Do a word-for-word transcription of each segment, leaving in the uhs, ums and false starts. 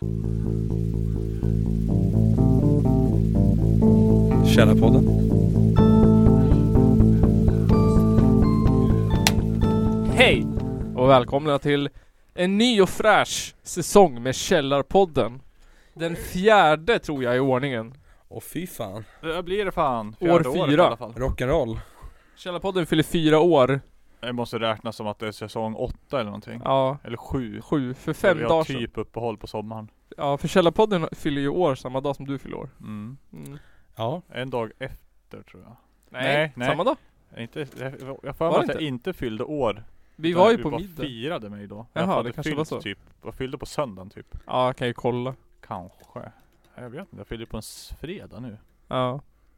Källarpodden. Hej och välkomna till en ny och fräsch säsong med Källarpodden. Den fjärde tror jag i ordningen. Och fy fan. Det blir det fan. År Fjärde året fyra. i alla fall. Rock'n'roll. Källarpodden fyller fyra år. Det måste räknas som att det är säsong åtta eller någonting. Ja, Eller sju. sju. För fem Vi har dagar sedan. typ uppehåll på sommaren. Ja, för Källarpodden fyller ju år samma dag som du fyller år. Mm. Mm. Ja. En dag efter tror jag. Nej, Nej, nej. samma dag. Inte, jag jag får Var mig det att jag inte? inte fyllde år. Vi Utan var ju du på bara middag. firade mig då. Jaha, jag hade det kanske fyllt var så. Typ, jag fyllde på söndagen typ. Ja, jag kan ju kolla. Kanske. Jag vet inte, jag fyllde på en s- fredag nu. Ja.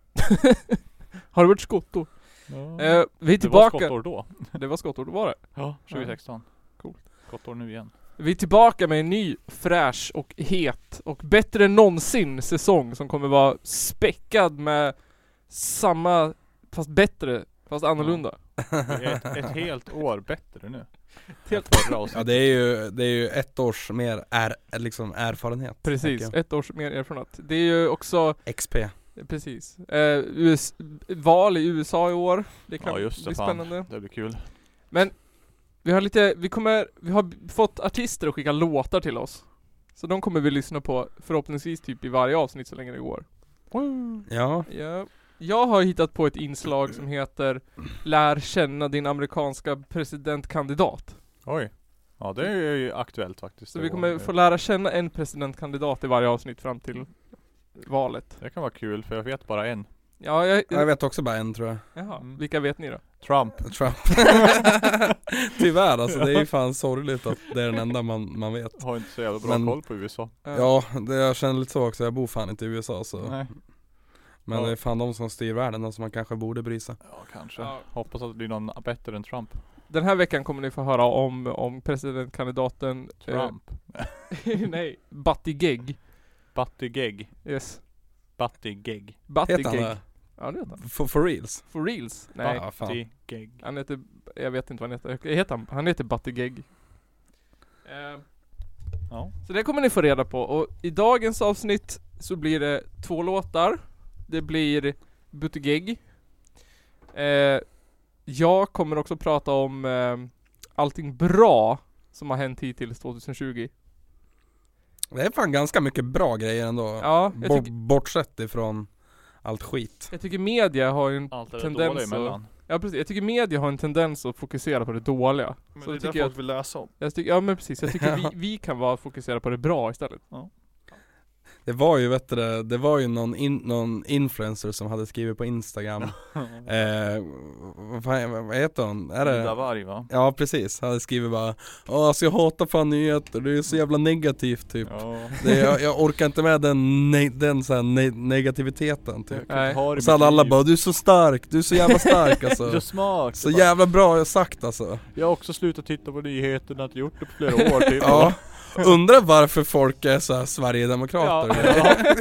Har du varit skottår? Ja. Eh, vi är det var tillbaka. skottår då. Det var skottår, det var det. Ja, tjugo sexton. Coolt. Skottår nu igen. Vi är tillbaka med en ny, fräsch och het och bättre än någonsin säsong som kommer vara späckad med samma, fast bättre, fast annorlunda. Det är ett, ett helt år bättre nu. Helt- Förra Ja, avsnittet. det är ju, det är ju ett års mer är, liksom erfarenhet. Precis, tänker jag. ett års mer erfarenhet. Det är ju också, X P. precis, eh, U S, val i U S A i år. Det kan Ja just det, bli fan. spännande. Det blir kul. Vi har lite, vi kommer, vi har b- fått artister att skicka låtar till oss. Så de kommer vi lyssna på förhoppningsvis typ i varje avsnitt så länge det går. Ja. Ja. Jag har hittat på ett inslag som heter Lär känna din amerikanska presidentkandidat. Oj. Ja det är ju aktuellt faktiskt. Så Det vi kommer var- få lära känna en presidentkandidat i varje avsnitt fram till valet. Det kan vara kul för jag vet bara en. Ja, jag, Jag vet också bara en tror jag. Jaha, Mm. vilka vet ni då? Trump. Trump. Tyvärr alltså, det är ju fan sorgligt att det är den enda man, man vet. Har inte så jävla bra Men- koll på U S A. Ja, det, jag känner lite så också. Jag bor fan inte i U S A så. Nej. Men Ja. det är fan de som styr världen och som man kanske borde bry sig. Ja kanske. Ja. Hoppas att det blir någon bättre än Trump. Den här veckan kommer ni få höra om, om presidentkandidaten Trump. eh, Nej, Buttigieg. Buttigieg. Yes, Buttigieg. Heter han Buttigieg. det? Ja, det heter han. For, for reals? For reals? Nej, Ja, fan. Buttigieg. han heter, jag vet inte vad han heter. heter han, han heter Buttigieg. Eh, Ja. Så det kommer ni få reda på. Och i dagens avsnitt så blir det två låtar. Det blir Buttigieg. Eh, jag kommer också prata om eh, allting bra som har hänt hittills tjugo. Det är fan ganska mycket bra grejer ändå. Ja, jag Bo- tycker, bortsett ifrån allt skit. jag tycker media har ju en Allt är det tendens dåliga att, emellan. ja, precis. Jag tycker media har en tendens att fokusera på det dåliga. Men Så det är jag det tycker jag, folk vill läsa om. jag tycker, ja men precis, jag tycker vi, vi kan vara fokusera på det bra istället. Det var ju vet du, det, det var ju någon, in, någon influencer som hade skrivit på Instagram. eh, vad, fan, vad heter hon? Är Ida det? Varg va? Ja precis, hade skrivit bara Åh, alltså jag hatar fan nyheter, det är så jävla negativt typ. Ja. Det, jag, jag orkar inte med den, ne, den så här, ne, negativiteten typ. Jag kan Nej. inte ha det i Och så hade mitt alla liv. bara, du är så stark, du är så jävla stark Du är alltså. smart. Så Jag bara, jävla bra jag sagt alltså. Jag har också slutat titta på nyheterna, inte gjort det på flera år typ. Ja, undrar varför folk är så här Sverigedemokrater. Ja.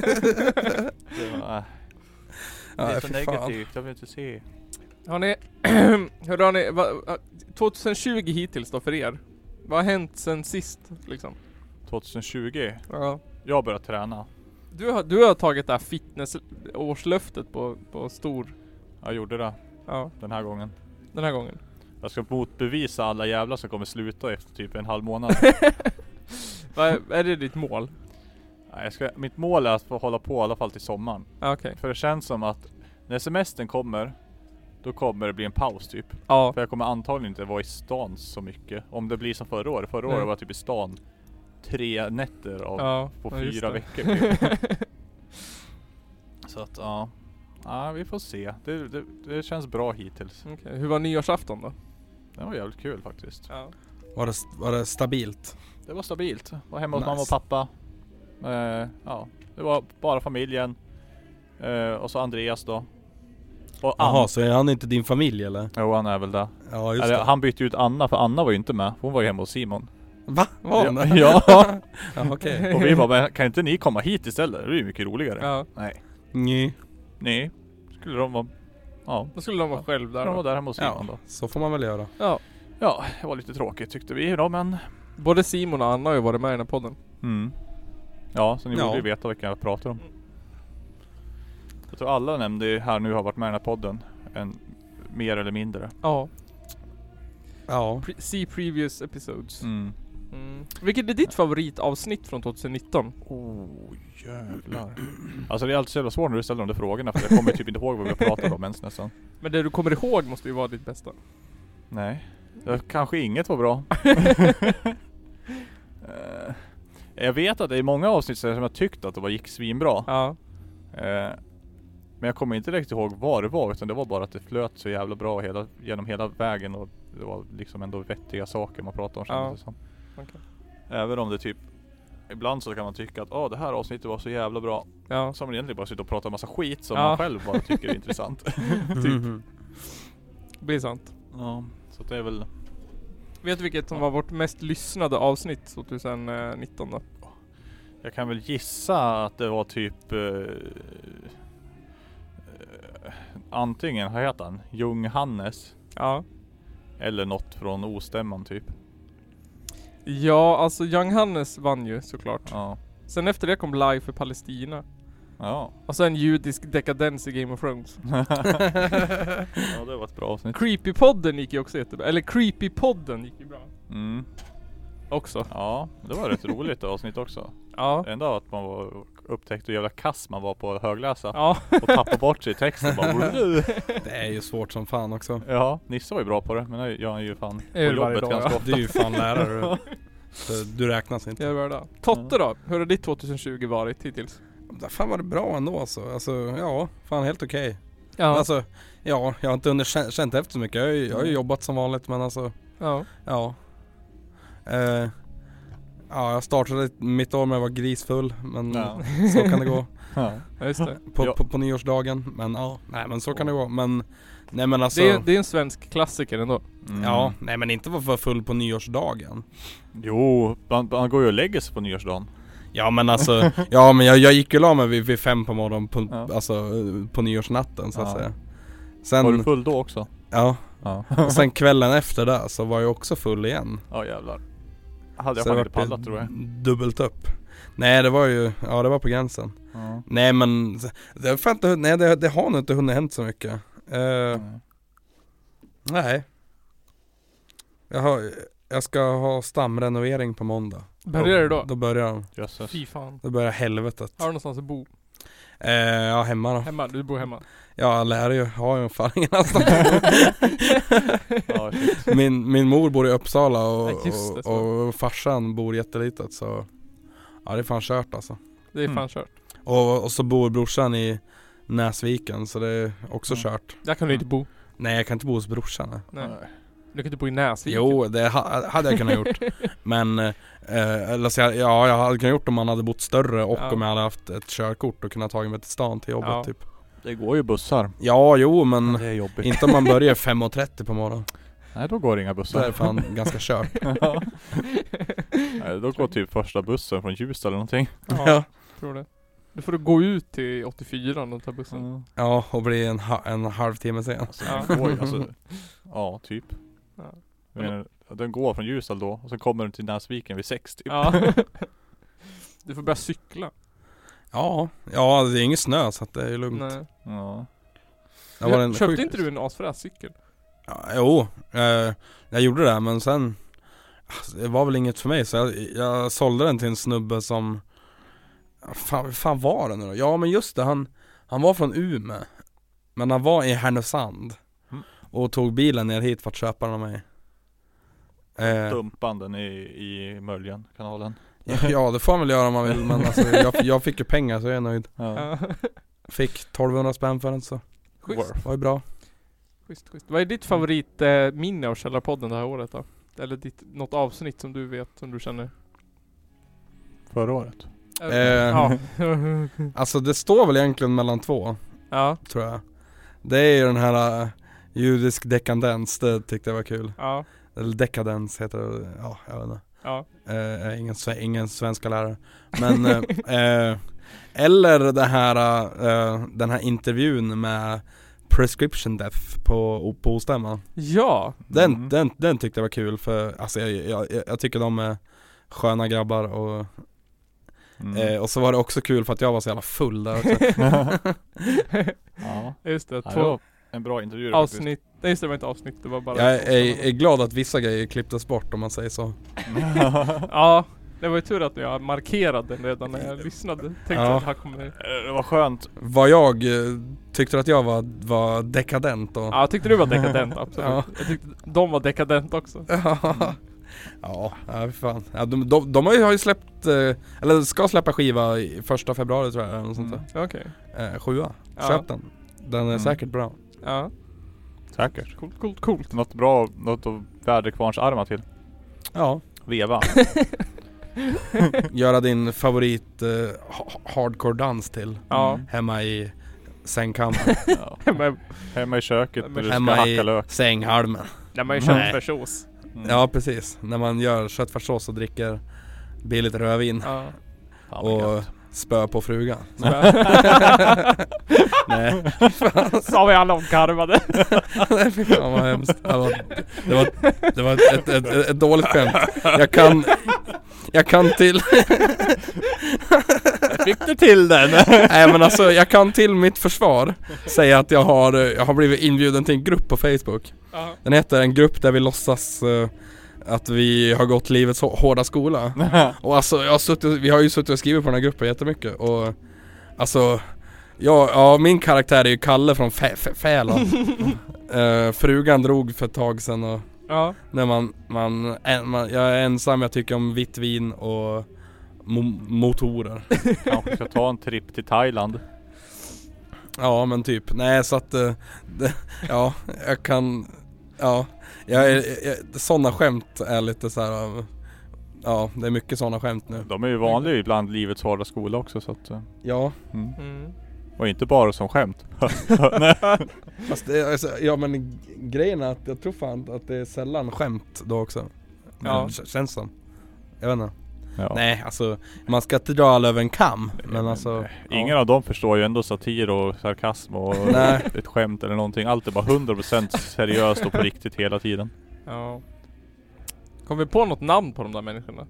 Det var, äh, det Ja, är så fy fan. negativt, jag vill inte se. Har ni, hur har ni, va, tjugo hittills då för er? Vad har hänt sen sist liksom? tjugo Ja. Jag har börjat träna. Du har, du har tagit det här fitness-årslöftet på, på stor, Jag gjorde det ja, den här gången. den här gången. Jag ska motbevisa alla jävlar som kommer sluta efter typ en halv månad. Vad är, är det ditt mål? Nej, jag ska, mitt mål är att få hålla på i alla fall till sommaren. Ja, okej. För det känns som att när semestern kommer, då kommer det bli en paus typ. Ja, För jag kommer antagligen inte vara i stan så mycket. Om det blir som förra året. Förra året Nej. var jag typ i stan tre nätter av, ja, på ja, just fyra det. veckor typ. Så att ja, ja vi får se. Det, det, det känns bra hittills. Okej, hur var nyårsafton då? Det var jävligt kul faktiskt. Ja. Var det, var det stabilt? Det var stabilt. Var hemma hos Nice. mamma och pappa. Eh, ja, det var bara familjen. Eh, och så Andreas då. Och Jaha, Ann. så är han inte din familj eller? Jo, han är väl det. Ja just Eller, det. han bytte ut Anna, för Anna var ju inte med. Hon var ju hemma hos Simon. Va? Var han det? Ja. Ja okej. Och vi bara, men kan inte ni komma hit istället? Det är ju mycket roligare. Ja, Nej. Nej. Nej. Skulle de vara... Ja. då skulle de vara själv där De var då. där hemma hos Simon Ja, då. så får man väl göra. Ja. Ja, det var lite tråkigt tyckte vi då, men... Både Simon och Anna har ju varit med i den här podden. Mm. Ja, så ni Ja. borde ju veta vilka jag pratar om. Jag tror alla nämnde här nu har varit med i den här podden. En, mer eller mindre. Ja. Ja. Pre- see previous episodes. Mm. Mm. Vilket är ditt favoritavsnitt från tjugonitton? Oh, jävlar. Alltså det är alltid så jävla svårt när du ställer de där frågorna. För jag kommer typ inte ihåg vad vi pratade om ens nästan. Men det du kommer ihåg måste ju vara ditt bästa. Nej. Det, kanske inget var bra. uh, jag vet att det är många avsnitt som jag tyckte att det var gick svinbra. Ja. Uh, men jag kommer inte riktigt ihåg vad det var. Utan det var bara att det flöt så jävla bra hela, genom hela vägen. Och det var liksom ändå vettiga saker man pratade om. Ja. Det som. Okay. Även om det typ ibland så kan man tycka att åh, det här avsnittet var så jävla bra. Ja. Så man egentligen bara sitter och pratar en massa skit som Ja. man själv bara tycker är intressant. Typ. Det blir sant. Ja, så det är väl... Vet du vilket som var vårt mest lyssnade avsnitt tjugonitton då? Jag kan väl gissa att det var typ... Uh, uh, antingen, vad heter han? Jung Hannes. Ja. Eller något från Ostämman typ. Ja, alltså Young Hannes vann ju såklart. Ja. Sen efter det kom Live för Palestina. Ja. Och sen judisk dekadens i Game of Thrones. Ja, det var ett bra avsnitt. Creepypodden gick ju också jättebra. Eller Creepypodden gick ju bra. Mm. Också. Ja, det var rätt roligt avsnitt också. Ja. Ända att man var upptäckt hur jävla kass man var på att högläsa. Ja. Och tappade bort sig i texten bara. Det är ju svårt som fan också. Ja, Nisse var ju bra på det. Men jag är ju fan på Är det varje jobbet dag, ganska ja. ofta. Du är ju fan lärare. Så du räknas inte. Jag är värda. Totte då? Hur har ditt tjugotjugo varit hittills? Det fan var det bra ändå alltså. Alltså ja, fan helt okej. Okay. Ja. Alltså, ja, jag har inte under känt, känt efter så mycket. Jag har, ju, jag har ju jobbat som vanligt men alltså, Ja. ja. Eh, ja, jag startade mitt år med att vara grisfull. Men Ja. så kan det gå. Ja. Ja, just det. På, Ja. på, på nyårsdagen. Men ja, nej men så kan det gå. Men, nej men alltså. Det är, det är en svensk klassiker ändå. Mm. Ja, nej men inte vara full på nyårsdagen. Jo, man, man går ju och lägger sig på nyårsdagen. Ja men alltså, ja men jag, jag gick ju la mig vid, vid fem på morgonen på, Ja. alltså, på nyårsnatten så att Ja. säga. Var du Sen, full då också? ja, Ja. och sen kvällen efter det så var jag också full igen. Ja jävlar. Hade jag Så fan det inte vart pallat tror jag. dubbelt upp. Nej det var ju, ja det var på gränsen. Ja. Nej men, det har, fan inte, nej, det, det har nog inte hunnit hänt så mycket. Uh, Ja. nej. Jag, har, jag ska ha stamrenovering på måndag. Börjar det då? Då börjar de. Jösses. Fy fan. Då börjar helvetet. Har du någonstans att bo? Eh, ja hemma då. Hemma? Du bor hemma? Ja lär ju, har ju fan ingen annanstans. Ja, shit. min, min mor bor i Uppsala och, Ja, just det, så. och, och farsan bor jättelitet så ja det är fan kört alltså. Det är fan Mm. kört. Och, och så bor brorsan i Näsviken så det är också Mm. kört. Där kan du inte bo. Nej jag kan inte bo hos brorsan. Nej. Nej. Nej. Du kan inte bo i Näsviken. Jo det ha, hade jag kunnat gjort. Men eh, eller så jag, ja jag hade kunnat gjort om man hade bott större och Ja. om jag hade haft ett körkort och kunnat ta mig till stan till jobbet Ja. typ. Det går ju bussar. Ja jo men Det är jobbigt. inte om man börjar fem och trettio på morgonen. Nej, då går det inga Så är bussar. det fan ganska kört. Ja. Nej, då går typ första bussen från Ljusdal eller någonting. Ja, Ja. tror det. Då får du gå ut till åttiofyra och ta bussen. Mm. Ja och bli en, ha, en halvtimme sen. Alltså, Ja. den går ju, alltså, ja, typ. Ja. Jag menar, den går från Ljusdal då och sen kommer den till Näsviken vid sex typ. Ja. Du får börja cykla. Ja, ja det är ingen snö så att det är lugnt. Nej. Ja. Det var en Köpte sjukt- inte du en asfräs cykel? Ja, jo, eh, jag gjorde det men sen alltså, det var väl inget för mig så jag, jag sålde den till en snubbe som fan, fan var det nu då? Ja men just det, han, han var från Umeå. Men han var i Härnösand Mm. och tog bilen ner hit för att köpa den av mig. Eh, Dumpanden i, i Möljan kanalen. ja det får han väl göra om man vill men alltså, jag, jag fick ju pengar så jag är nöjd. Ja. Ja. Fick tolvhundra spänn för den så Schysst, det var ju bra. schysst, schysst. Vad är ditt favorit eh, minne av Källarpodden det här året då? Eller ditt, något avsnitt som du vet, som du känner? Förra året. Eh, Eh. Ja. Alltså det står väl egentligen mellan två Ja. tror jag. Det är ju den här uh, judisk dekadens, det tyckte jag var kul. Ja. Eller dekadens heter det, ja jag vet inte. Ja. Uh, ingen, sve- ingen svenska lärare. Men, uh, uh, eller det här, uh, den här intervjun med Prescription Death på, på Ostämman. Ja. Den, Mm. den, den tyckte jag var kul för alltså jag, jag, jag tycker de är sköna grabbar och Mm. eh, Och så var det också kul för att jag var så jävla full där också. Ja. Just det, Ja, två det var en bra intervju avsnitt. Nej just det, det var inte avsnitt, det var bara... Jag är, är glad att vissa grejer klipptes bort om man säger så. Ja, det var ju tur att jag markerade den redan när jag lyssnade. Tänkte Ja. att det här kommer... Det var skönt. Vad jag eh, tyckte att jag var, var dekadent och... Ja, jag tyckte du var dekadent, absolut. Ja. Jag tyckte de var dekadent också. Ja, ja, ja fan. Ja, de, de, de har ju, har ju släppt, eh, eller ska släppa skiva i första februari tror jag, eller något sånt där. Okej. Eh, sjua. Ja. Köp den. Den är Mm. säkert bra. Ja, Säkert. coolt, coolt, coolt. Något bra, något att väderkvarns armar till. Ja. Veva. Göra din favorit eh, ha- hardcore-dans till. Ja. Mm. Hemma i sängkammaren. Ja. Men, Hemma i köket när du ska Hemma hacka i lök. sänghalmen. när man är Nej. köttfärssås. Mm. Ja, precis. När man gör köttfärssås och dricker billigt rödvin. Ja. Fan, vad Och gött. spö på frugan. Nej. Sa vi alla om karvade. Nej, fy fan vad hemskt. Det var, det var, det var ett, ett, ett, ett dåligt skämt. Jag kan Jag kan till Fick du till den? Nej men alltså jag kan till mitt försvar säga att jag har, jag har blivit inbjuden till en grupp på Facebook. Ja. Den heter en grupp där vi låtsas uh, att vi har gått livets hå- hårda skola. Och alltså jag har suttit, vi har ju suttit och skrivit på den här gruppen jättemycket. Och alltså ja, ja min karaktär är ju Kalle från Fä- Fä- Fälon. uh, Frugan drog för ett tag sedan och Ja. när man, man, en, man jag är ensam, jag tycker om vitt vin och mo- motorer. Kanske ska ta en trip till Thailand. Ja men typ, nej så att uh, det, ja, jag kan, ja, jag är, jag, sådana skämt är lite så här. Uh, ja, det är mycket sådana skämt nu. De är ju vanliga ibland livets hårda skola också så att, uh, Ja, mm. Mm. Och inte bara som skämt. fast det, är, alltså, ja men g- grejen är att jag tror fan att det är sällan skämt då också. Ja. Ja. Känns som. Jag vet inte. Ja. Nej, alltså man ska inte dra alla över en kam. Men alltså Ingen ja. av dem förstår ju ändå satir och sarkasm och Nej. ett skämt eller någonting. Allt är bara hundra procent seriöst och på riktigt hela tiden. Ja. Kom vi på något namn på de där människorna?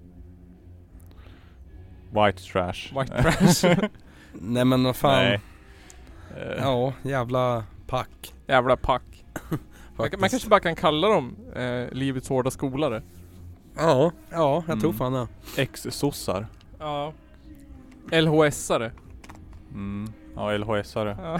White trash. White trash. Nej men vad fan. Nej. Eh, Ja, jävla pack. Jävla pack. Man, Faktiskt. man kanske bara kan kalla dem eh, livets hårda skolare. Ja, ja, jag tror Mm. fan det. Ex-sossar. Ja. L H S-are. Mm. Ja, L H S-are. Ja.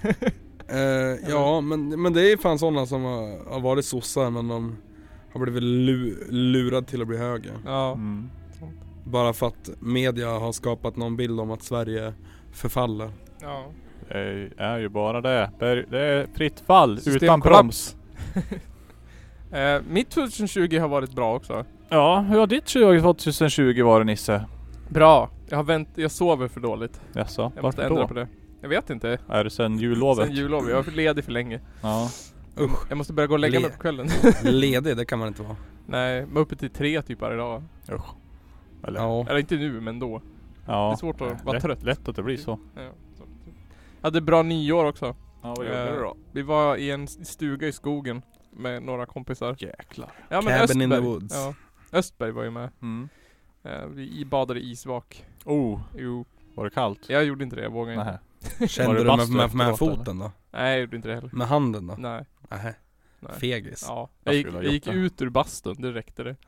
Eh, ja, men, men det är fan sådana som har, har varit sossar men de har blivit lu, lurad till att bli höger. Ja. Mm. Bara för att media har skapat någon bild om att Sverige förfaller. Ja. Det är ju bara det. Det är fritt fall utan Systemkollaps. broms. Eh, mitt tjugohundratjugo har varit bra också. Ja, hur har ditt tjugohundratjugo varit, Nisse? Bra. Jag har vänt, jag sover för dåligt. Jaså, Jag måste varför ändra då? på det. Jag vet inte. Är det sen jullovet? Sen jullov. Jag var för ledig för länge. Ja. Usch, Jag måste börja gå och lägga Le- mig på kvällen. ledig det kan man inte vara. Nej, jag var uppe till tre typ varje dag. Usch. Eller? Ja, Eller inte nu, men då. Ja. Det är svårt att vara lätt, trött. Lätt att det blir så. Ja. så. Jag hade bra nyår också. Ja, vad Eh, gjorde du då? Vi var i en stuga i skogen med några kompisar. Jäklar. Ja, men Cabin Östberg. in the woods. Ja. Östberg var ju med. Mm. Eh, vi badade i isvak. Oh, Jo, var det kallt? jag gjorde inte det, jag vågade inte. Nej. kände det du med, bastu med, med efteråt, foten då? Nej, jag gjorde inte det heller. Med handen då? Nej. Nähä, Nej. fegis. Ja. Jag Jag gick, skulle ha jag gjort gick det. ut ur bastun, det räckte det.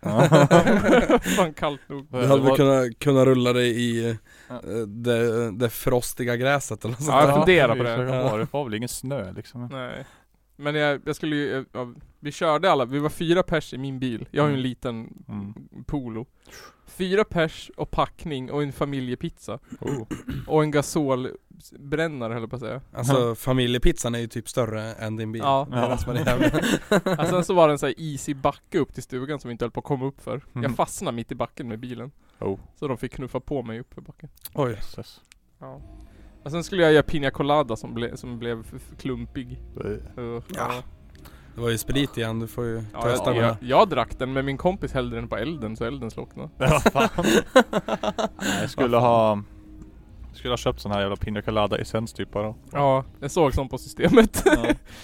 Fan kallt nog. Du hade Det väl var- kunnat, kunnat rulla dig i Ja. eh, det, det frostiga gräset eller sånt Ja, jag där. funderar på det. Det Ja. var, det var väl ingen snö liksom. Nej. Men jag, jag skulle ju, ja, vi körde alla, vi var fyra pers i min bil. Jag har ju en Mm. liten Mm. polo. Fyra pers och packning och en familjepizza. Oh. Och en gasolbrännare höll jag på att säga. Alltså familjepizzan är ju typ större än din bil. Ja. Det är det som är det jävla- Alltså, sen så var det en sån här easy backe upp till stugan som vi inte höll på att komma upp för. Mm. Jag fastnade mitt i backen med bilen. Oh. Så de fick knuffa på mig upp för backen. Oj. Jesus. Ja. Och sen skulle jag göra pina colada som, ble, som blev f- f- klumpig. Uh, Ja. Det var ju sprit igen, du får ju Ja, testa jag, med. jag, jag drack den men min kompis hällde den på elden så elden slocknade. Ja, fan. Nej, jag skulle ha skulle ha köpt sån här jävla pina colada essens typ bara. Ja, jag såg som på systemet. Ja.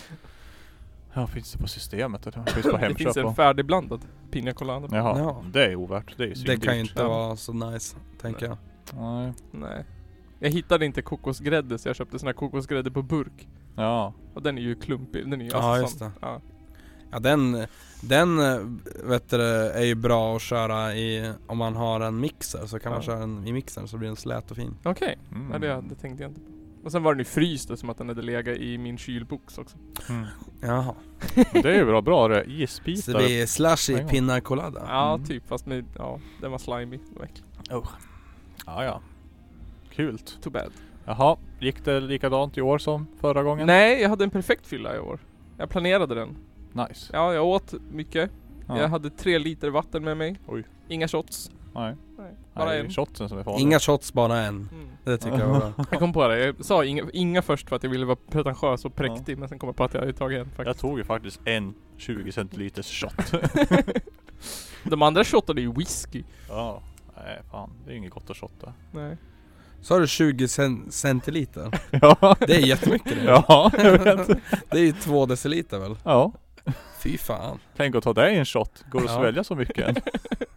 Ja, finns det på systemet? Det finns på Det Hemköp. finns en och- färdigblandad pina colada. Jaha, Ja. det är ovärt. Det är ju Det kan ju svindyrt. inte Ja. vara så nice, tänker jag. Nej. Nej. Jag hittade inte kokosgrädde så jag köpte sån här kokosgrädde på burk. Ja. Och den är ju klumpig. Den är ju Ja, alltså just sån. det. Ja. Ja, den, den vet du, är ju bra att köra i, om man har en mixer så kan Ja. man köra den i mixern så blir den slät och fin. Okej. Mm. Ja, det, det tänkte jag inte på. Och sen var den ju fryst som att den hade legat i min kylbox också. Mm. Jaha. Det är ju bra, bra det. Så Isbitar. det blir slushy Poäng. pina colada. Ja, Mm. typ. Fast med, ja, den var slimy. Det var äckligt. Oh. Ja, ja. Kul. Too bad. Jaha, gick det likadant i år som förra gången? Nej, jag hade en perfekt fylla i år. Jag planerade den. Nice. Ja, jag åt mycket. Ja. Jag hade tre liter vatten med mig. Oj. Inga shots. Nej. Nej, Bara bara Nej, en. shotsen som är farlig. Inga shots, bara en. Mm. Det tycker jag var bra. Jag kom på det. Jag sa inga, inga först för att jag ville vara pretentiös och präktig. Men sen kom jag på att jag hade tagit en Jag faktiskt. tog ju faktiskt en tjugo centiliters shot. De andra shotade ju whisky. Ja. Nej, fan. Det är inget gott att shotta. Nej. Så har du tjugo cen- centiliter. Ja. Det är jättemycket det. Ja, jag vet. Det är ju två deciliter väl? Ja. Fy fan. Tänk att ta dig en shot. Går det att Ja. svälja så mycket än?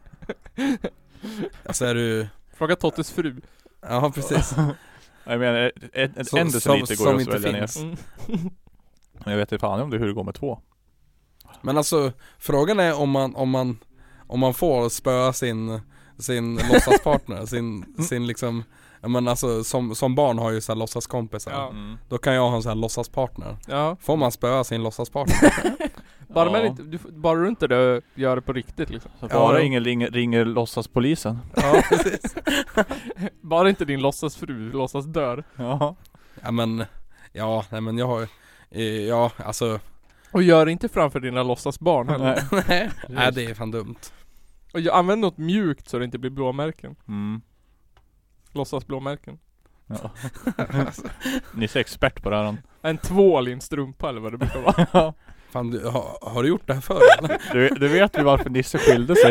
Alltså är du... Fråga Tottes fru. Ja, precis. Jag menar, en, en, Så- en som- deciliter som går att inte svälja ner. finns. Mm. Men jag vet inte fan om det hur det går med två. Men alltså, frågan är om man, om man, om man får spöa sin, sin låtsaspartner, sin, sin liksom, ja men alltså som, som barn har ju så här låtsaskompisar. Ja. Mm. Då kan jag ha en sån här låtsaspartner. Ja. Får man spöa sin låtsaspartner? Bara, Ja. man inte, du, bara du inte det, gör det på riktigt liksom. Så Ja, bara ja. ingen ringer, ringer låtsaspolisen. Ja, precis. Bara inte din låtsasfru låtsas dör. Ja. Ja men, ja, nej men jag har, eh, ja alltså, Och gör det inte framför dina låtsasbarn heller. Nej. nej, nej det är fan dumt. Och jag använder något mjukt så det inte blir blåmärken. Mm. Låtsasblåmärken. Ja. Ni är så expert på det här. En tvål i en strumpa eller vad det brukar vara. Fan, du, har, har du gjort det här förr eller? Du, du vet ju varför Nisse skilde sig.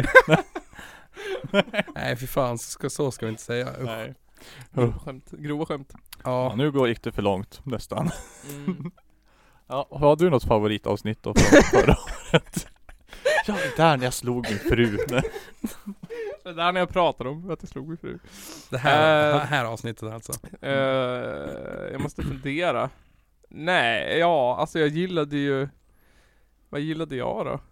Nej för fan, så ska, så ska vi inte säga. Usch. Nej. Grova skämt. Grova skämt. Ja, Ja, nu går, gick det för långt nästan. Mm. Ja, har du något favoritavsnitt då från förra året? Ja, det där när jag slog min fru. Nej. Det där när jag pratade om att jag slog min fru. det här, Eh. här, här avsnittet alltså. Uh, jag måste fundera. Nej, ja, alltså jag gillade ju... Vad gillade jag då?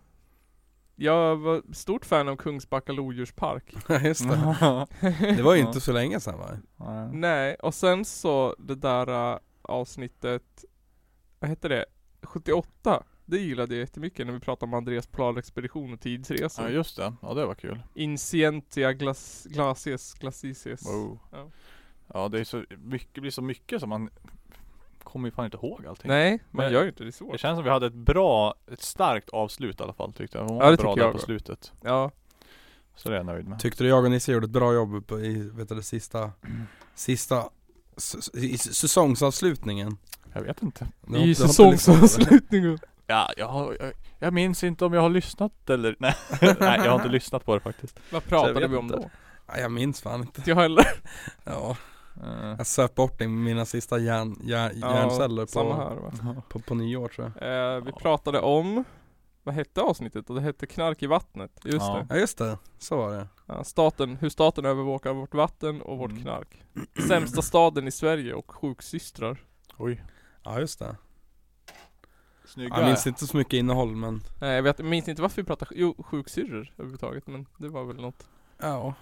Jag var stort fan av Kungsbacka lodjurspark. Just det. Det var ju inte så länge sedan va? Nej. Nej, och sen så det där uh, avsnittet, vad hette det? sjuttioåtta. Det gillade jag jättemycket när vi pratade om Andreas polarexpedition och tidsresor. Ja, just det. Ja, det var kul. Incientia glas, glacies, glacices. Wow. Ja. Ja, det är så mycket, blir så mycket som man kommer ju fan inte ihåg allting. Nej, man Men- gör ju inte det så. Det känns som vi hade ett bra, ett starkt avslut i alla fall tyckte jag. Hon Ja, var det bra tycker där jag på också. slutet. Ja. Så det är jag nöjd med. Tyckte du jag och Nisse gjorde ett bra jobb på, i vet du, det sista, sista s- i s- säsongsavslutningen? Jag vet inte. Du har- I du har inte lyssnat på det? säsongsavslutningen. Ja, jag, har, jag, jag minns inte om jag har lyssnat eller nej. Nej, jag har inte lyssnat på det faktiskt. Vad Så pratade jag vi vet om inte. då? Ja, jag minns fan inte. Inte jag heller. Ja, Uh, jag söp bort i mina sista hjärn, hjärn, hjärnceller samma på, här va? på, på nyår tror jag. Eh, vi Ja. pratade om, vad hette avsnittet? Och det hette Knark i vattnet. Just Ja. det. Ja just det, så var det. Ja, staten, hur staten övervakar vårt vatten och vårt Mm. knark. Sämsta staden i Sverige och sjuksystrar. oj. Ja just det. Snygga. Jag minns inte så mycket innehåll men Nej jag vet, jag minns inte varför vi pratade, jo sjuksyrror överhuvudtaget. Men det var väl något. ja.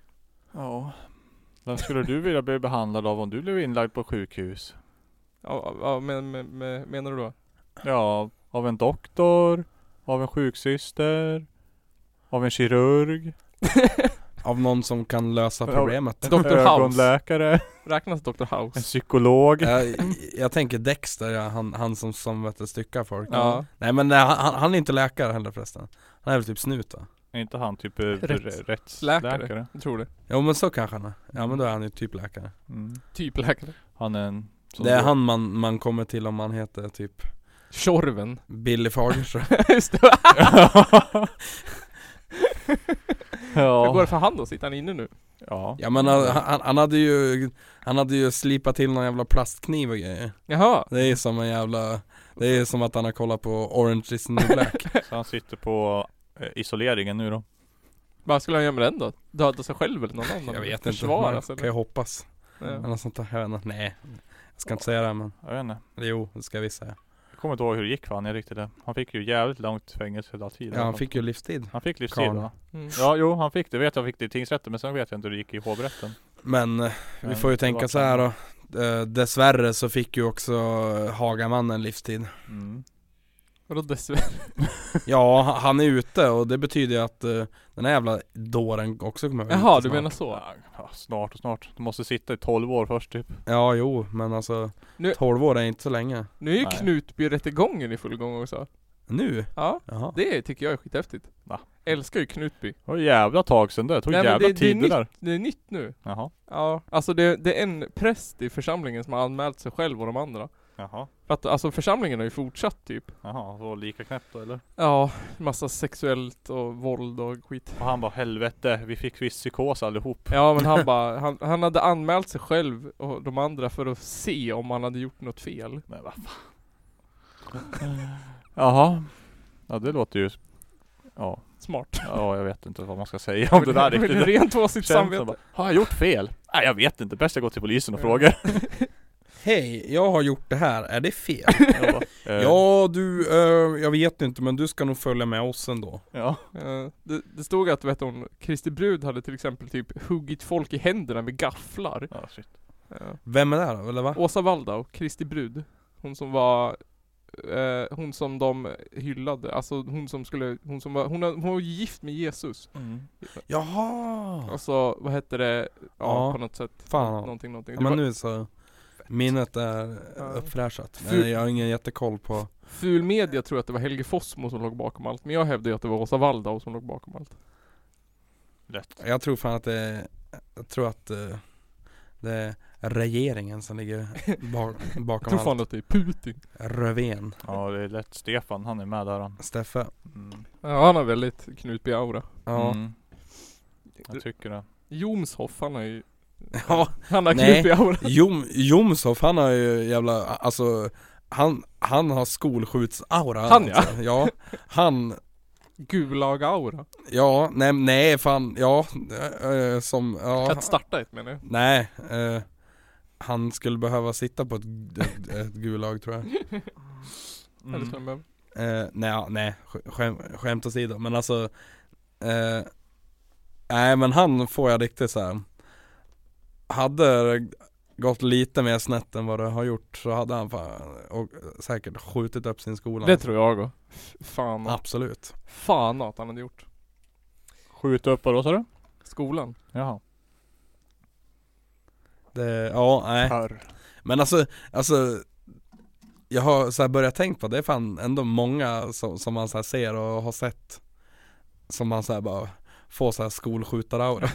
Ja. Vem skulle du vilja bli behandlad av om du blev inlagd på sjukhus? Ja, ja men, men, men, menar du då? Ja, av en doktor, av en sjuksyster, av en kirurg, Av någon som kan lösa problemet. en doktor House. ögonläkare, Räknas doktor en House? psykolog. jag, jag tänker Dexter, ja, han, han som, som vet du, styckar folk. Ja. Nej men nej, han, han är inte läkare heller förresten. Han är väl typ snut va? Är inte han typ eh, Rätts- rättsläkare? läkare. Jag tror det. Jo men så kanske han är. Ja men då är han ju typ läkare. Mm. Typ läkare. Han är en som Det är går- han man, man kommer till om man heter typ Tjorven. Billy Fagerström. Just det. Hur går Ja. det för han då? Sitter han inne nu? Ja. Ja men han, han, han hade ju Han hade ju slipat till någon jävla plastkniv och grejer. Jaha. Det är som en jävla Det är som att han har kollat på Orange is the New Black. Så han sitter på eh, isoleringen nu då. Vad skulle han göra med den då? Döda sig själv eller någon annan? Jag vet inte, Försvara man sig, kan ju hoppas. ja. Eller något sånt där, jag vet inte. Nej, jag ska inte säga det men Jag vet inte. eller, jo, det ska jag visst säga. Jag kommer inte ihåg hur det gick för han, jag riktigt det. Han fick ju jävligt långt fängelse hela tiden. Ja, han fick ju livstid. Han fick livstid Karl. va? Mm. Ja, jo han fick det. Vet jag fick det i tingsrätten men sen vet jag inte hur det gick i hovrätten. Men eh, vi Men får ju det tänka var så här då. Eh, Dessvärre så fick ju också eh, Hagamannen livstid. Mm. Vadå dessvärre? Ja, ha- han är ute och det betyder ju att eh, den här jävla dåren också kommer vara Jaha, ute du snart. menar så? Ja, snart och snart. Du måste sitta i tolv år först typ. Ja, jo, men alltså Nu- tolv år är inte så länge. Nu är ju Nej. Knutby-rättegången i full gång också. Nu? Ja, Jaha. det tycker jag är skithäftigt. Va? Älskar ju Knutby. Det var jävla tag sedan det. Det tog Nej, men jävla det- det är tid det nytt. där. Det är nytt nu. Jaha. Ja, alltså det, det är en präst i församlingen som har anmält sig själv och de andra. Jaha. För att alltså församlingen har ju fortsatt typ. Jaha, så lika knäppt då eller? Ja, massa sexuellt och våld och skit. Och han bara helvete, vi fick viss psykos allihop. Ja men han bara, han, han hade anmält sig själv och de andra för att se om han hade gjort något fel. Men vad fan. Jaha. Ja det låter ju... Ja. Smart. Ja jag vet inte vad man ska säga om det där Men riktigt. rent åt sitt Känns som samvete. bara, har jag gjort fel? Nej jag vet inte, bäst jag går till polisen och Ja. frågar. Hej, jag har gjort det här, är det fel? Jag bara, eh, Ja du, eh, jag vet inte men du ska nog följa med oss ändå. Ja. Eh, det, det stod att vet hon, Kristi brud hade till exempel typ huggit folk i händerna med gafflar. Ja shit. Eh, Vem är det då, eller va? Åsa Waldau, Kristi brud. Hon som var eh, hon som de hyllade, alltså hon som skulle, hon som var, hon, hon var ju gift med Jesus. Mm. Jaha! Alltså vad hette det, ja, Ja. på något sätt. Fan. Någonting, någonting. Ja, Det men var nu så, minnet är Ja. uppfräschat. Fy- Men jag har ingen jättekoll på. ful media tror jag att det var Helge Fossmo som låg bakom allt. Men jag hävdar ju att det var Åsa Waldau som låg bakom allt. Lätt. Jag tror fan att det, jag tror att eh, det är regeringen som ligger bak, Jag bakom tror fan allt. att det är Putin. Rövén, Ja det är lätt. Stefan, han är med där han. Steffe. Mm. Ja, han har väldigt Knutby-aura. Ja. Mm. Jag tycker det. Jomshoff, han har ju Ja, han har nej. Knutby-aura. Jom, Jomshoff han har ju jävla, alltså han, han har skolskjuts-aura. Han, ja. alltså. Ja, han, Gulag-aura. ja, nej, nej fan, ja, eh, som, ja. Att starta ett menar jag. Nej, eh, han skulle behöva sitta på ett, ett, ett gulag tror jag. Eller Mm. ska han behöva- Eh, nej, ja, nej, sk- skäm, skämt åsido, men alltså eh, nej men han får jag riktigt så här. Hade det gått lite mer snett än vad det har gjort så hade han fan, och säkert skjutit upp sin skola. Det tror jag också. F- Fan, Absolut. fan att han hade gjort. Skjuta upp vad då sa du? Skolan. Jaha. Det, ja, nej. Förr. Men alltså, alltså jag har så här börjat tänka på det är fan ändå många som, som man så här ser och har sett som man så här bara får så här skolskjutaraura.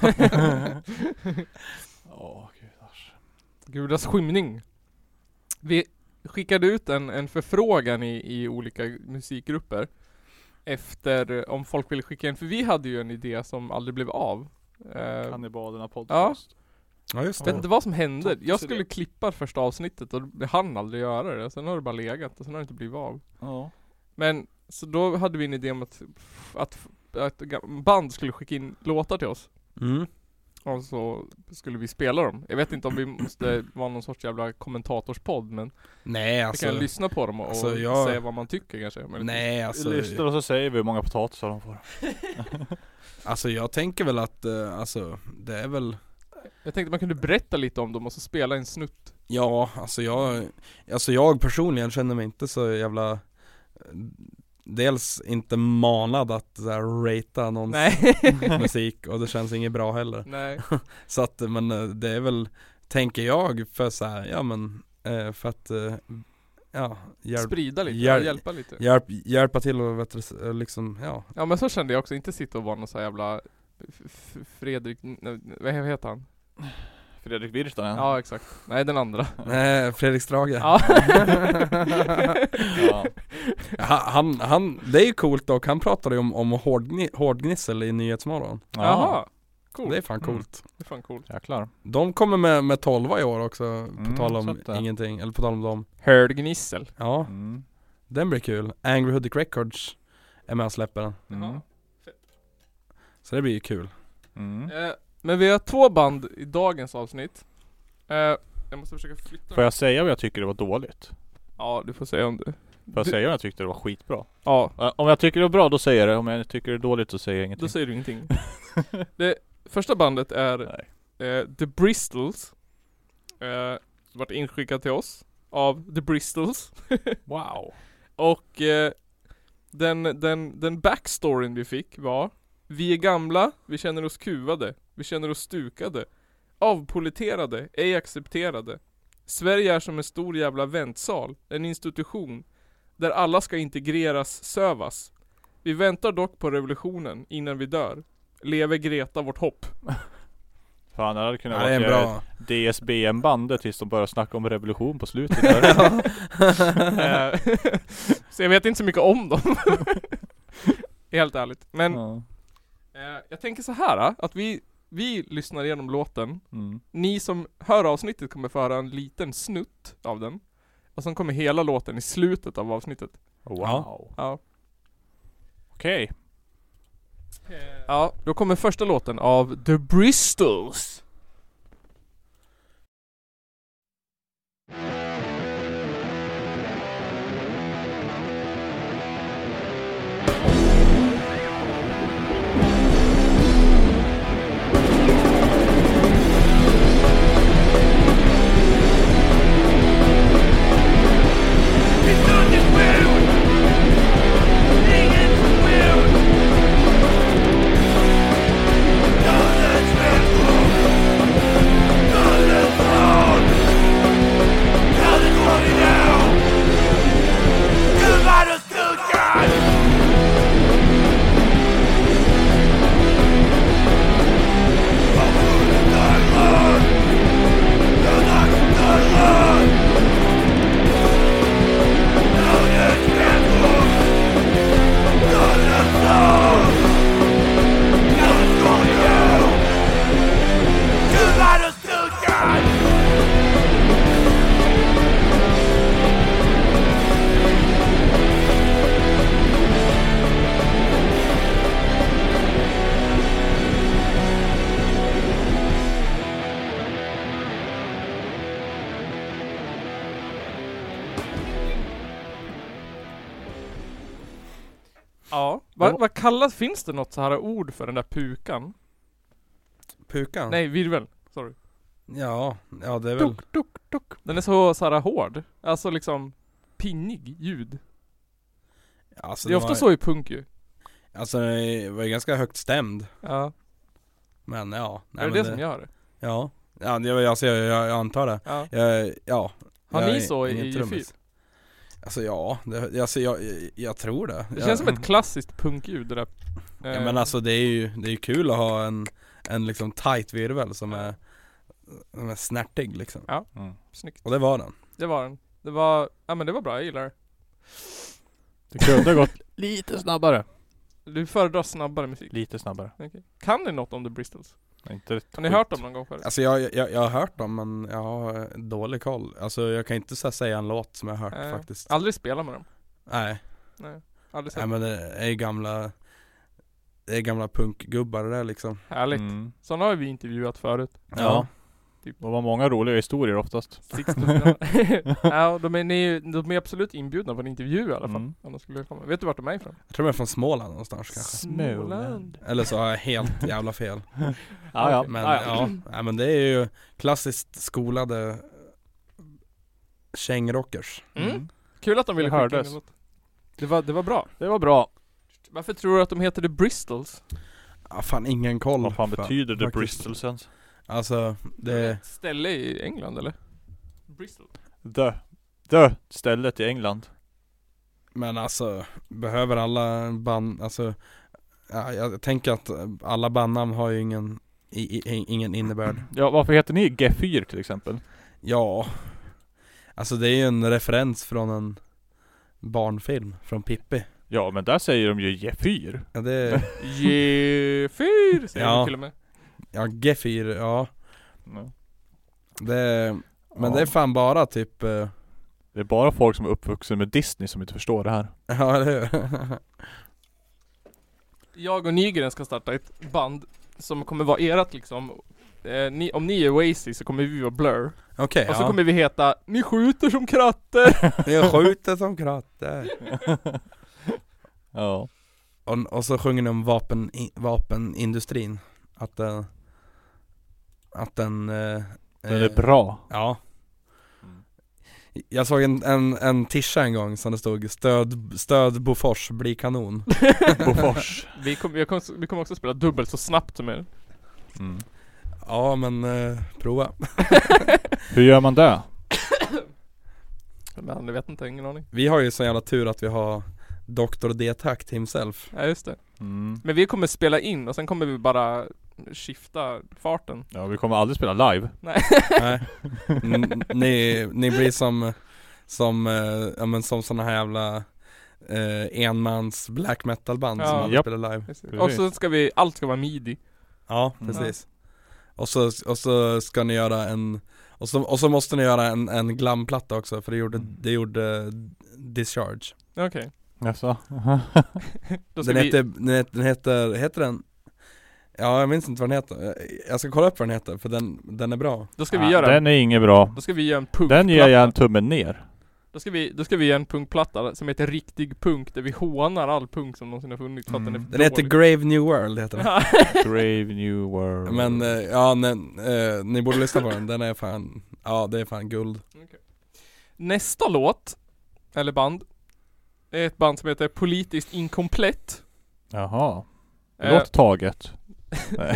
Åh gudars. Gudas skymning. Vi skickade ut en, en förfrågan i, i olika musikgrupper efter om folk ville skicka in, för vi hade ju en idé som aldrig blev av. Eh, Kannibalerna podcast. Ja just jag vet det. inte vad som hände. Topp Jag idé. skulle klippa första avsnittet och jag hann aldrig göra det. Sen har det bara legat och sen har det inte blivit av. Ja. Men så då hade vi en idé om att, att, att band skulle skicka in låtar till oss. Mm. Och så skulle vi spela dem. Jag vet inte om vi måste vara någon sorts jävla kommentatorspodd, men Nej vi alltså, kan lyssna på dem och, alltså, och jag- säga vad man tycker kanske. Men nej Vi alltså, lyssnar och så säger vi hur många potatisar de får. alltså jag tänker väl att, eh, alltså det är väl, jag tänkte man kunde berätta lite om dem och så spela en snutt. ja alltså jag, alltså jag personligen känner mig inte så jävla, eh, dels inte manad att så här, ratea någons Nej. musik och det känns inget bra heller. Nej. Så att, men eh, det är väl, tänker jag för så här, ja men, eh, för att, eh, ja, hjälp, Sprida lite, hjälp- hjälpa lite. hjälp, hjälpa till och vet du, eh, liksom, ja. Ja men så kände jag också, inte sitta och vara någon så här jävla F- F- Fredrik, n- vad heter han? Fredrik Virtanen. Ja exakt, nej den andra. Nej, Fredrik Strage. Ja. Ja. Han, han, han, det är ju coolt dock, han pratade ju om, om hårdgni, hårdgnissel i Nyhetsmorgon. Jaha, coolt. Det är fan Mm. coolt. Det är fan coolt. Jäklar. De kommer med, med tolva i år också, på Mm, tal så om att det- ingenting, eller på tal om dem. Hörd gnissel. Ja, Mm. den blir kul. Angry Hoodic Records är med och släpper den. Mm. Så det blir ju kul. Mm. Eh, men vi har två band i dagens avsnitt. Eh, jag måste försöka flytta. Får jag säga vad jag tycker det var dåligt? Ja, du får säga om det. Får jag Du- säga om jag tyckte det var skitbra? Ja, Eh, Om jag tycker det var bra, då säger jag det. Om jag tycker det är dåligt, så säger jag ingenting. då säger du ingenting. Det första bandet är Nej. eh, The Bristols. Eh, vart inskickat till oss av The Bristols. Wow. Och eh, den, den, den backstoryn vi fick var: vi är gamla, vi känner oss kuvade, vi känner oss stukade, avpoliterade, ej accepterade. Sverige är som en stor jävla väntsal, en institution där alla ska integreras, sövas. Vi väntar dock på revolutionen innan vi dör. Leve Greta vårt hopp. Fan, det hade kunnat Ja, det är en vara bra. D S B M-bandet tills de började snacka om revolution på slutet där. Eh, Så jag vet inte så mycket om dem. Helt ärligt. Men Ja. eh, jag tänker så här att vi, vi lyssnar igenom låten. Mm. Ni som hör avsnittet kommer få höra en liten snutt av den. Och sen kommer hela låten i slutet av avsnittet. Wow. Ja. Ja. Okej. Ja, då kommer första låten av The Bristols. Ja, vad, vad kallas, finns det något så här ord för den där pukan? Pukan? Nej, virvel. Sorry. Ja, ja det är väl. Tuk, tuk, tuk. Den är så, så här hård. Alltså liksom pinnig ljud. Alltså, Det är ofta var, så i punk ju. Alltså det var ju ganska högt stämd. Ja. Men ja. Är det men det som gör det? Ja. Ja, det var, alltså, jag, jag, jag antar det. Ja. Jag, ja. Har jag ni är så i ingen G trummis. fyra? Alltså ja, det, alltså, jag, jag, jag tror det. Det jag, känns som ett klassiskt punkljud det där. Ja Eh, men alltså det är ju, det är ju kul att ha en, en liksom tight virvel som är, som är snärtig liksom. Ja. Mm. Snyggt. Och det var den. Det var den. Det var, ja men det var bra, jag gillar det. Det kunde ha gått lite snabbare. Du föredrar snabbare musik. Lite snabbare. Okej. Kan ni något om The Bristols? Inte ett Har ni skit. hört dem någon gång förut? Alltså jag, jag, jag har hört dem men jag har dålig koll. Alltså jag kan inte så här säga en låt som jag har hört Eh, faktiskt. Aldrig spela med dem. Nej, Nej. Aldrig nej sett. men det är ju gamla, det är gamla punkgubbar det där liksom. Härligt. Mm. Sådana har vi intervjuat förut. Ja. Typ. Det var många roliga historier oftast. Ja, de är, ni, de är absolut inbjudna på en intervju i alla fall. Mm. Annars skulle jag komma. Vet du vart de är ifrån? Jag tror de är från Småland någonstans kanske. Småland. Eller så har jag helt jävla fel. Ja, ja. Men ja, ja. ja, nej, men det är ju klassiskt skolade kängrockers. Mm. Kul att de ville Det skicka in hördes. en låt. Det var, det var bra. Det var bra. Varför tror du att de heter The Bristols? Ja, fan ingen koll. Vad fan betyder det faktiskt. Bristol sen? Alltså, det... Ett ställe i England eller? Bristol. The. The stället i England. Men alltså, behöver alla band, alltså ja, jag tänker att alla bandnamn har ju ingen, i, i, ingen innebörd. Ja, varför heter ni G fyra till exempel? Ja, alltså det är ju en referens från en barnfilm, från Pippi. Ja, men där säger de ju G fyra. Ja, det G fyra säger Ja. de till och med. ja, G fyra, ja. Ja. Det, men Ja. det är fan bara typ, eh, Det är bara folk som är uppvuxna med Disney som inte förstår det här. ja eller hur? Jag och Nygren ska starta ett band som kommer vara erat liksom. Eh, ni, om ni är Oasis så kommer vi vara Blur. Okej, okay, Och så ja. kommer vi heta Ni skjuter som kratter. Ni skjuter som kratter. Ja. Och, och så sjunger ni om vapen, i, vapenindustrin. Att, uh, att den... Uh, Den är bra. Ja. Jag såg en, en, en tisha en gång som det stod Stöd, stöd Bofors, bli kanon. Bofors. vi, kom, vi, kom, vi kommer också spela dubbelt så snabbt som er. Mm. Ja men uh, prova. Hur gör man det? Men jag vet inte, ingen aning. Vi har ju så jävla tur att vi har doktor D-takt himself. Ja just det. Mm. Men vi kommer spela in och sen kommer vi bara skifta farten. Ja, vi kommer aldrig spela live. Nej. Nej. N- ni, ni blir som Som, uh, ja men som såna här jävla uh, enmans black metal band Ja. som aldrig Japp. spelar live. Precis. Och så ska vi, allt ska vara midi. Ja, Mm. precis. Och så, och så ska ni göra en och så, och så måste ni göra en, en glamplatta också. För det gjorde, Mm. det gjorde Discharge. Okej. Okay. Jaså? Då ska Den vi... heter, den heter, den heter, heter den Ja jag minns inte vad den heter. Jag- Jag ska kolla upp vad den heter för den, den är bra. Då ska vi Ah, göra den är inget bra. Då ska vi göra en punkplatta. Den ger jag en tumme ner. Då ska vi, då ska vi göra en punkplatta som heter Riktig Punk, där vi hånar all punk som någonsin har funnits för att Mm. den är Den heter dålig. Grave New World heter den. Grave New World. Men eh, ja, men, eh, ni borde lyssna på den. Den är fan, ja det är fan guld. Nästa låt, eller band, är ett band som heter Politiskt Inkomplett. Jaha. Det Eh, låter taget. Nej.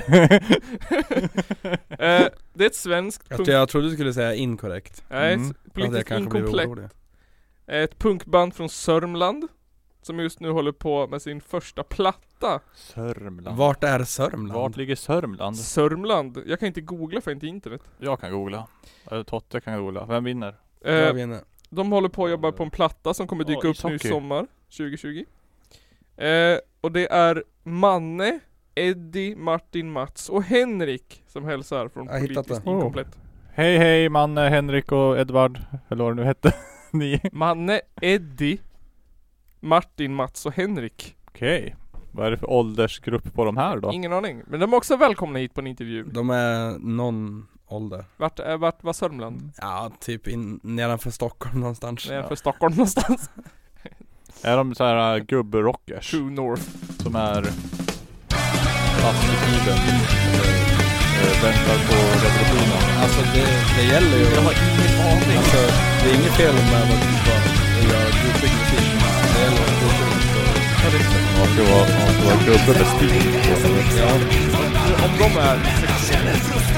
eh, det är ett svenskt Jag, punk... jag trodde du skulle säga inkorrekt. Nej, Mm. ett Att jag Politiskt kanske blir Inkomplett. orolig. Ett punkband från Sörmland som just nu håller på med sin första platta. Sörmland. Vart är Sörmland? Vart ligger Sörmland? Sörmland. Jag kan inte googla för inte internet. Jag kan googla. Eller Totte kan googla. Vem vinner? Eh, Jag vet inte. de håller på att jobba på en platta som kommer dyka Ja, upp nu i ishockey. sommar tjugo tjugo. Eh, och det är Manne, Eddie, Martin, Mats och Henrik som hälsar från Jag har hittat Politiskt det. Inkomplett. Hej hej Manne, Henrik och Edvard. Eller vad det nu hette. Ni. Manne, Eddie, Martin, Mats och Henrik. Okej. Vad är det för åldersgrupp på de här då? Ingen aning. Men de är också välkomna hit på en intervju. De är någon ålder. Vart, är, vart var Sörmland? Ja, typ in, nedanför Stockholm någonstans. Nedanför för Stockholm någonstans. Är de så här uh, gubbrockers True North. som är fast i tiden? Uh, väntar på revolutionen. Alltså det, det gäller ju. Jag har ingen aning. Alltså det är inget fel med att bara göra gubbig musik. Det gäller att gå ut Man ska vara, man ska vara gubbe med stil. Ja. Om de är sextio.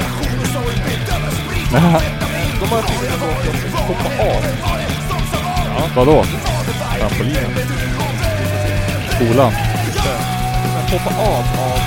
De har tydligen gått och hoppa av. Ja. Vadå? Trampolinen? Skolan? Hoppa av av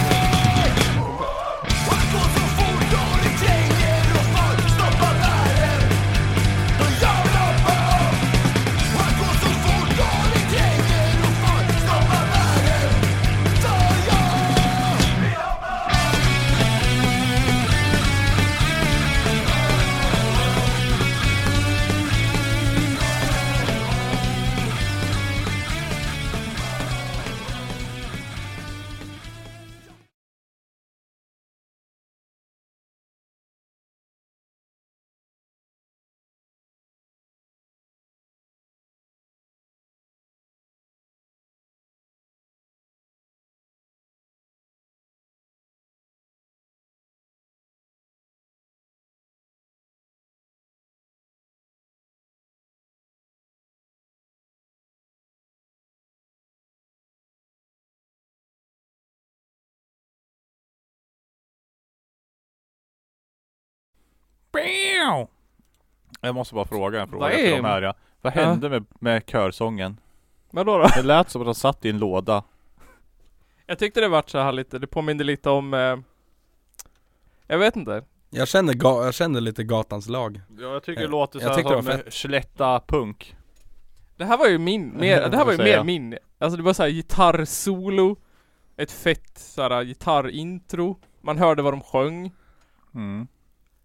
Jag måste bara fråga en fråga Vad till är- de här ja. Vad hände med, med körsången? Vadå då? Det lät som att de satt i en låda. Jag tyckte det vart så här lite, det påminner lite om eh, jag vet inte. Jag känner, ga- jag känner lite gatans lag. Ja, jag tycker det det låter jag så här tyckte det som var eh, Slätta punk. Det här var ju min, mer, det här var ju Får säga. mer min. Alltså det var så här gitarrsolo, ett fett så här gitarrintro. Man hörde vad de sjöng. Mm.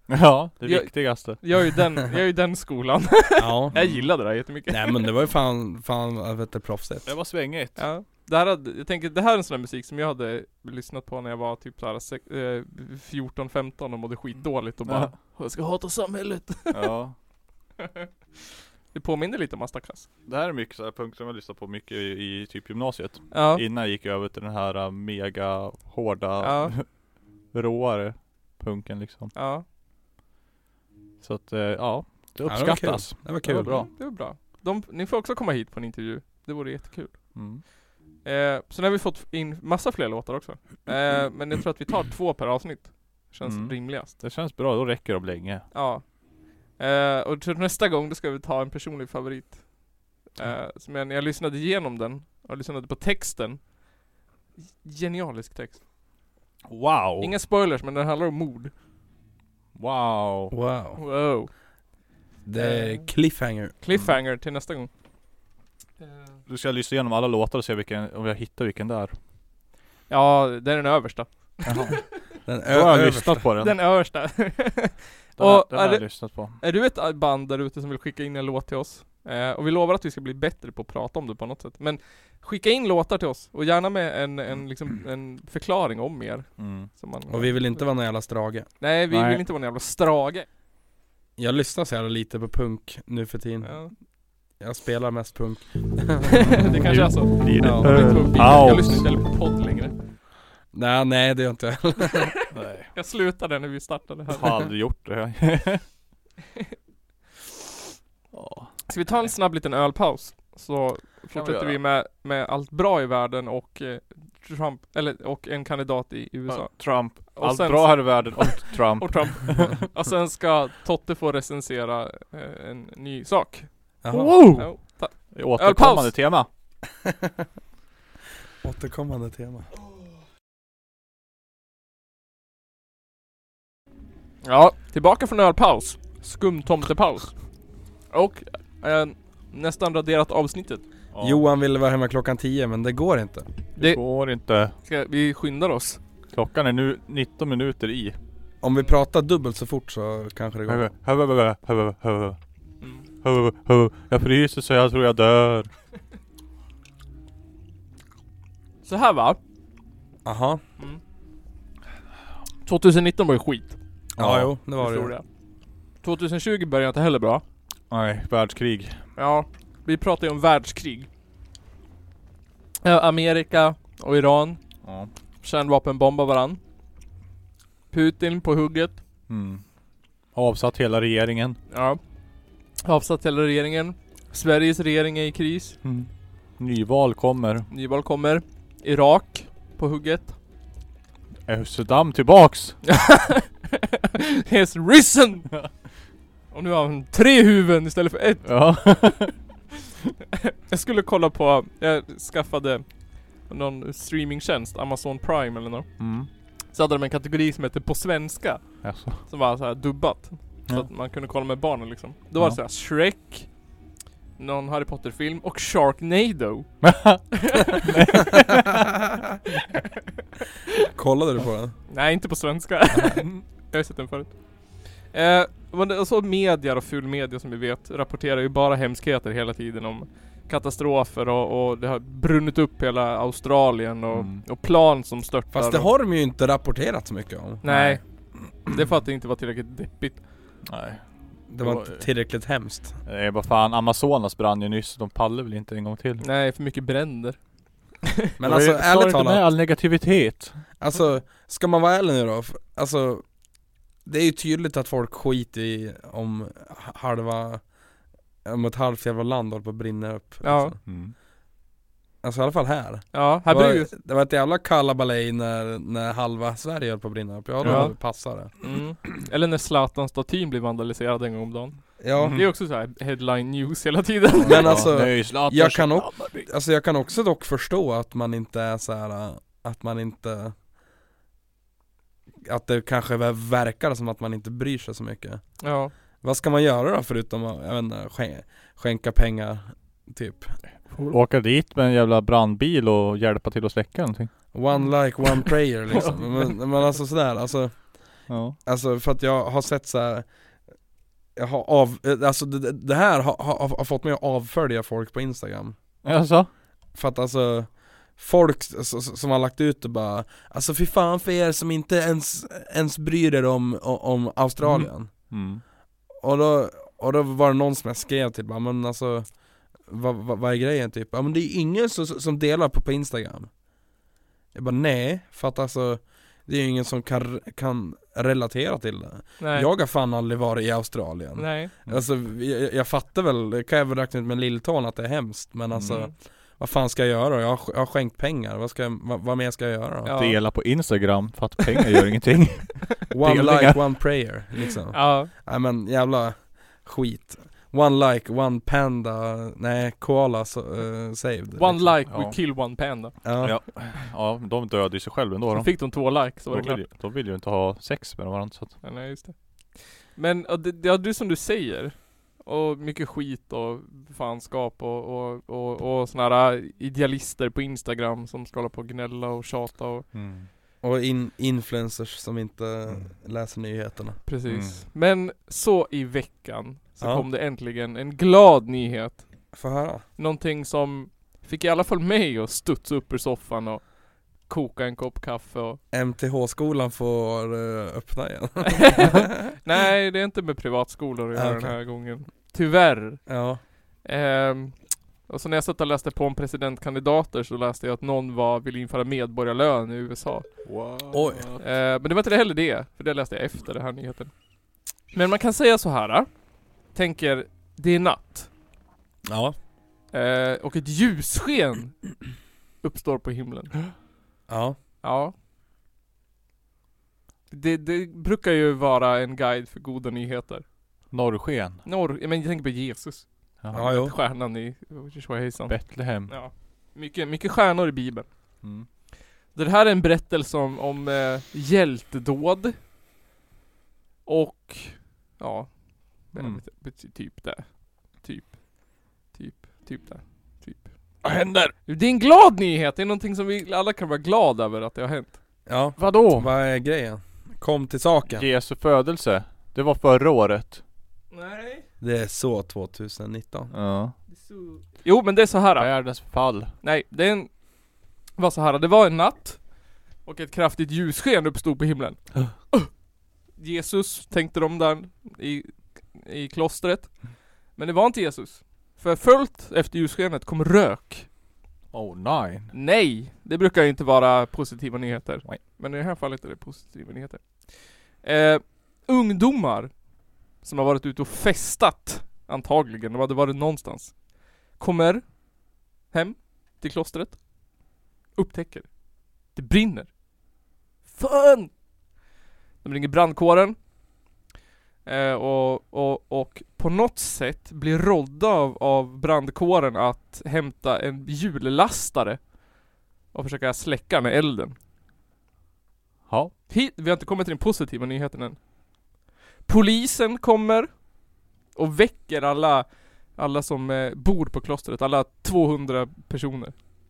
Ja, det Jag- viktigaste. Jag är ju den, jag är ju den skolan. Ja. Jag gillade det där jättemycket. Nej men det var ju fan, fan jag vet inte, proffsigt. Det var svängigt. Ja. Det här hade, jag tänker, det här är en sån här musik som jag hade lyssnat på när jag var typ såhär sex, eh, fjorton femton och mådde skitdåligt och bara Ja. jag ska hata samhället. Ja. Det påminner lite om Astakas. Det här är mycket så här punkter som jag lyssnat på mycket i, i typ gymnasiet. Ja. Innan jag gick över till den här uh, mega hårda, Ja. råare punken liksom. Ja. Så att, uh, ja. Det Ja, det var uppskattas. kul. Det var Det kul. var bra. Det var bra. De, ni får också komma hit på en intervju. Det vore jättekul. Mm. Eh, så nu har vi fått in massa fler låtar också. Eh, men jag tror att vi tar två per avsnitt. Känns Mm. rimligast. Det känns bra, då räcker de länge. Ja. Eh, och till nästa gång då ska vi ta en personlig favorit. Eh, som jag, när jag lyssnade igenom den och lyssnade på texten. Genialisk text. Wow! Inga spoilers, men den handlar om mord. Wow! Wow. Wow. Det är cliffhanger. Cliffhanger till nästa gång. Du ska lyssna igenom alla låtar och se vilken, om jag hittar vilken där. Ja, det är den översta. Jaha. Den Då har jag översta. lyssnat på den. Den översta. Den, och den är har jag det- lyssnat på. Är du ett band där ute som vill skicka in en låt till oss? Eh, och vi lovar att vi ska bli bättre på att prata om det på något sätt. Men skicka in låtar till oss. Och gärna med en, en, liksom, en förklaring om er. Mm. Som man, Och vi vill inte vara någon jävla strage. Nej, vi Nej. vill inte vara en jävla strage. Jag lyssnar så jävla lite på punk nu för tiden. Ja. Jag spelar mest punk. Det kanske är så. Blir det Ja. Jag, vet inte vad- Paus. jag lyssnar inte heller på podd längre. Nej, nej det gör inte jag. Nej. Jag slutade när vi startade Jag har här. aldrig gjort det. Ja. Ska vi ta en snabb liten ölpaus? Så fortsätter göra. vi med, med allt bra i världen och eh, Trump, eller och en kandidat i U S A. Trump. Och Allt sen- bra här i världen och Trump. Och Trump. Och sen ska Totte få recensera eh, en ny sak. Jaha. Wow! Jo, ta- Återkommande Ölpaus. tema. Återkommande tema. Ja, tillbaka från ölpaus. Skumtomtepaus. Och eh, nästan raderat avsnittet. Ja. Johan ville vara hemma klockan tio men det går inte. Det Det, går inte. ska, vi skyndar oss. Klockan är nu nitton minuter i. Om vi pratar dubbelt så fort så kanske det går. Mm. Jag fryser så jag tror jag dör. Så här va? Aha. Mm. tjugonitton var ju skit. Ja, jo, det var Jag tror det. tjugohundratjugo började inte heller bra. Nej, världskrig. Ja, vi pratar ju om världskrig. Ja, Amerika och Iran Ja. kärnvapenbombar varann. Putin på hugget. Mm. Avsatt hela regeringen. Ja. Avsatt hela regeringen. Sveriges regering är i kris. Mm. Nyval kommer. Nyval kommer. Irak på hugget. Är Saddam tillbaks? Has risen! Och nu har han tre huvuden istället för ett. Ja. Jag skulle kolla på, jag skaffade någon streamingtjänst, Amazon Prime eller något. Mm. Så hade de en kategori som heter på svenska. Alltså. Som var så här dubbat. Så Ja. att man kunde kolla med barnen liksom. Då var det så Ja. här Shrek, någon Harry Potter film och Sharknado. Kollade du på den? Nej, inte på svenska. Jag har sett den förut. Eh, men det- och så medier och full media som vi vet rapporterar ju bara hemskheter hela tiden om katastrofer och, och det har brunnit upp hela Australien och, Mm. och plan som störtar. Fast det och, har de ju inte rapporterat så mycket om. Nej. Det är för att det inte var tillräckligt deppigt. Nej. Det var Det inte var- tillräckligt hemskt. Det är bara fan, Amazonas brann ju nyss. De pallar väl inte en gång till. Nej, för mycket bränder. Men alltså ärligt inte med talat, all negativitet. alltså ska man vara ärlig nu då? F- Alltså det är ju tydligt att folk skiter i om halva, om ett halvt jävla land håller på att brinna upp. Ja. Liksom. Mm. Alltså i alla fall här. Ja, Det här blir var, ju... det var ett jävla kalabalej när, när halva Sverige höll på att brinna upp. Ja, då Ja. passar det. Mm. Eller när Zlatan-statyn blir vandaliserad en gång om dagen. Ja, Mm. Det är också så här headline news hela tiden. Men alltså, nej, Zlatan jag kan kör- alltså jag kan också dock förstå att man inte är så här, att man inte, att det kanske verkar som att man inte bryr sig så mycket. Ja. Vad ska man göra då förutom att, jag vet inte, skän- skänka pengar typ? Åka dit med en jävla brandbil och hjälpa till att släcka någonting. One like, one prayer liksom. men, men alltså sådär, alltså Ja. Alltså för att jag har sett så här. Jag har av, alltså det, det här har, har, har fått mig att avfölja folk på Instagram. Alltså? För att alltså folk som har lagt ut det bara, alltså fy fan för er som inte ens, ens bryr er om, om Australien. Mm. Mm. Och då, och då var det någon som jag skrev till bara, men alltså vad, vad, vad är grejen typ? Ja men det är ingen som, som delar på, på Instagram. Jag bara nej, för att alltså det är ingen som kan, kan relatera till det. Nej. Jag har fan aldrig varit i Australien. Nej. Alltså jag, jag fattar väl, det kan jag väl räkna ut med lilltån att det är hemskt. Men alltså Mm. vad fan ska jag göra? Jag har, jag har skänkt pengar, vad, ska jag, vad, vad mer ska jag göra då? Ja. Dela på Instagram för att pengar gör ingenting. One delningar. like, one prayer liksom. Ja. Nej men jävla skit. One like, one panda, nej koala so, uh, saved. One liksom. like, we Ja. kill one panda. Ja. Ja. Ja, de dödade ju sig själva ändå Så då. fick de två likes så var det De klart. vill, ju, de vill ju inte ha sex med varandra så att... Ja, nej, just det. Men ja, det, ja, det som du säger. Och mycket skit och fanskap och, och, och, och såna här idealister på Instagram som ska hålla på och gnälla och tjata och Mm. Och in, influencers som inte Mm. läser nyheterna. precis. Men så i veckan så Ja. kom det äntligen en glad nyhet. Få höra. Någonting som fick i alla fall mig att studsa upp ur soffan och koka en kopp kaffe och M T H-skolan får uh, öppna igen. nej, det är inte med privatskolor att göra Ah, okej. den här gången. Tyvärr. Ja. Ehm, och så när jag satt och läste på om presidentkandidater så läste jag att någon var, ville införa medborgarlön i U S A. Wow. Oj. Ehm, men det var inte det heller det, för det läste jag efter den här nyheten. Men man kan säga så här. Tänker, det är natt. Ja. Ehm, och ett ljussken uppstår på himlen. Ja. Ja. Det, det brukar ju vara en guide för goda nyheter. Norrsken. Norr, men jag tänker på Jesus. Ja, jo. Stjärnan i Tjoahejsan. Betlehem. Ja. Mycket, mycket stjärnor i Bibeln. Mm. Det här är en berättelse om, om eh, hjältedåd. Och ja, Mm. typ det. Typ. Typ. Typ det. Typ. Vad händer? Det är en glad nyhet. Det är någonting som vi alla kan vara glada över att det har hänt. Ja. Vadå? Vad är grejen? Kom till saken. Jesu födelse. Det var förra året. Nej. Det är så tjugonitton. Ja. Jo, men det är så här. Världens fall. Nej, det är en, var så här. Det var en natt och ett kraftigt ljussken uppstod på himlen. Jesus tänkte de där i, i klostret. Men det var inte Jesus. För följt efter ljusskenet kom rök. Oh nej. Nej, det brukar ju inte vara positiva nyheter. Nej. Men i det här fallet är det positiva nyheter. Eh, ungdomar som har varit ute och festat, antagligen, de hade varit någonstans, kommer hem till klostret, upptäcker det brinner. Fan! De ringer brandkåren eh, och, och, och på något sätt blir rådda av, av brandkåren att hämta en hjullastare och försöka släcka den här elden. Ja. Hit, vi har inte kommit till den positiva nyheten än. Polisen kommer och väcker alla alla som eh, bor på klostret, alla tvåhundra personer.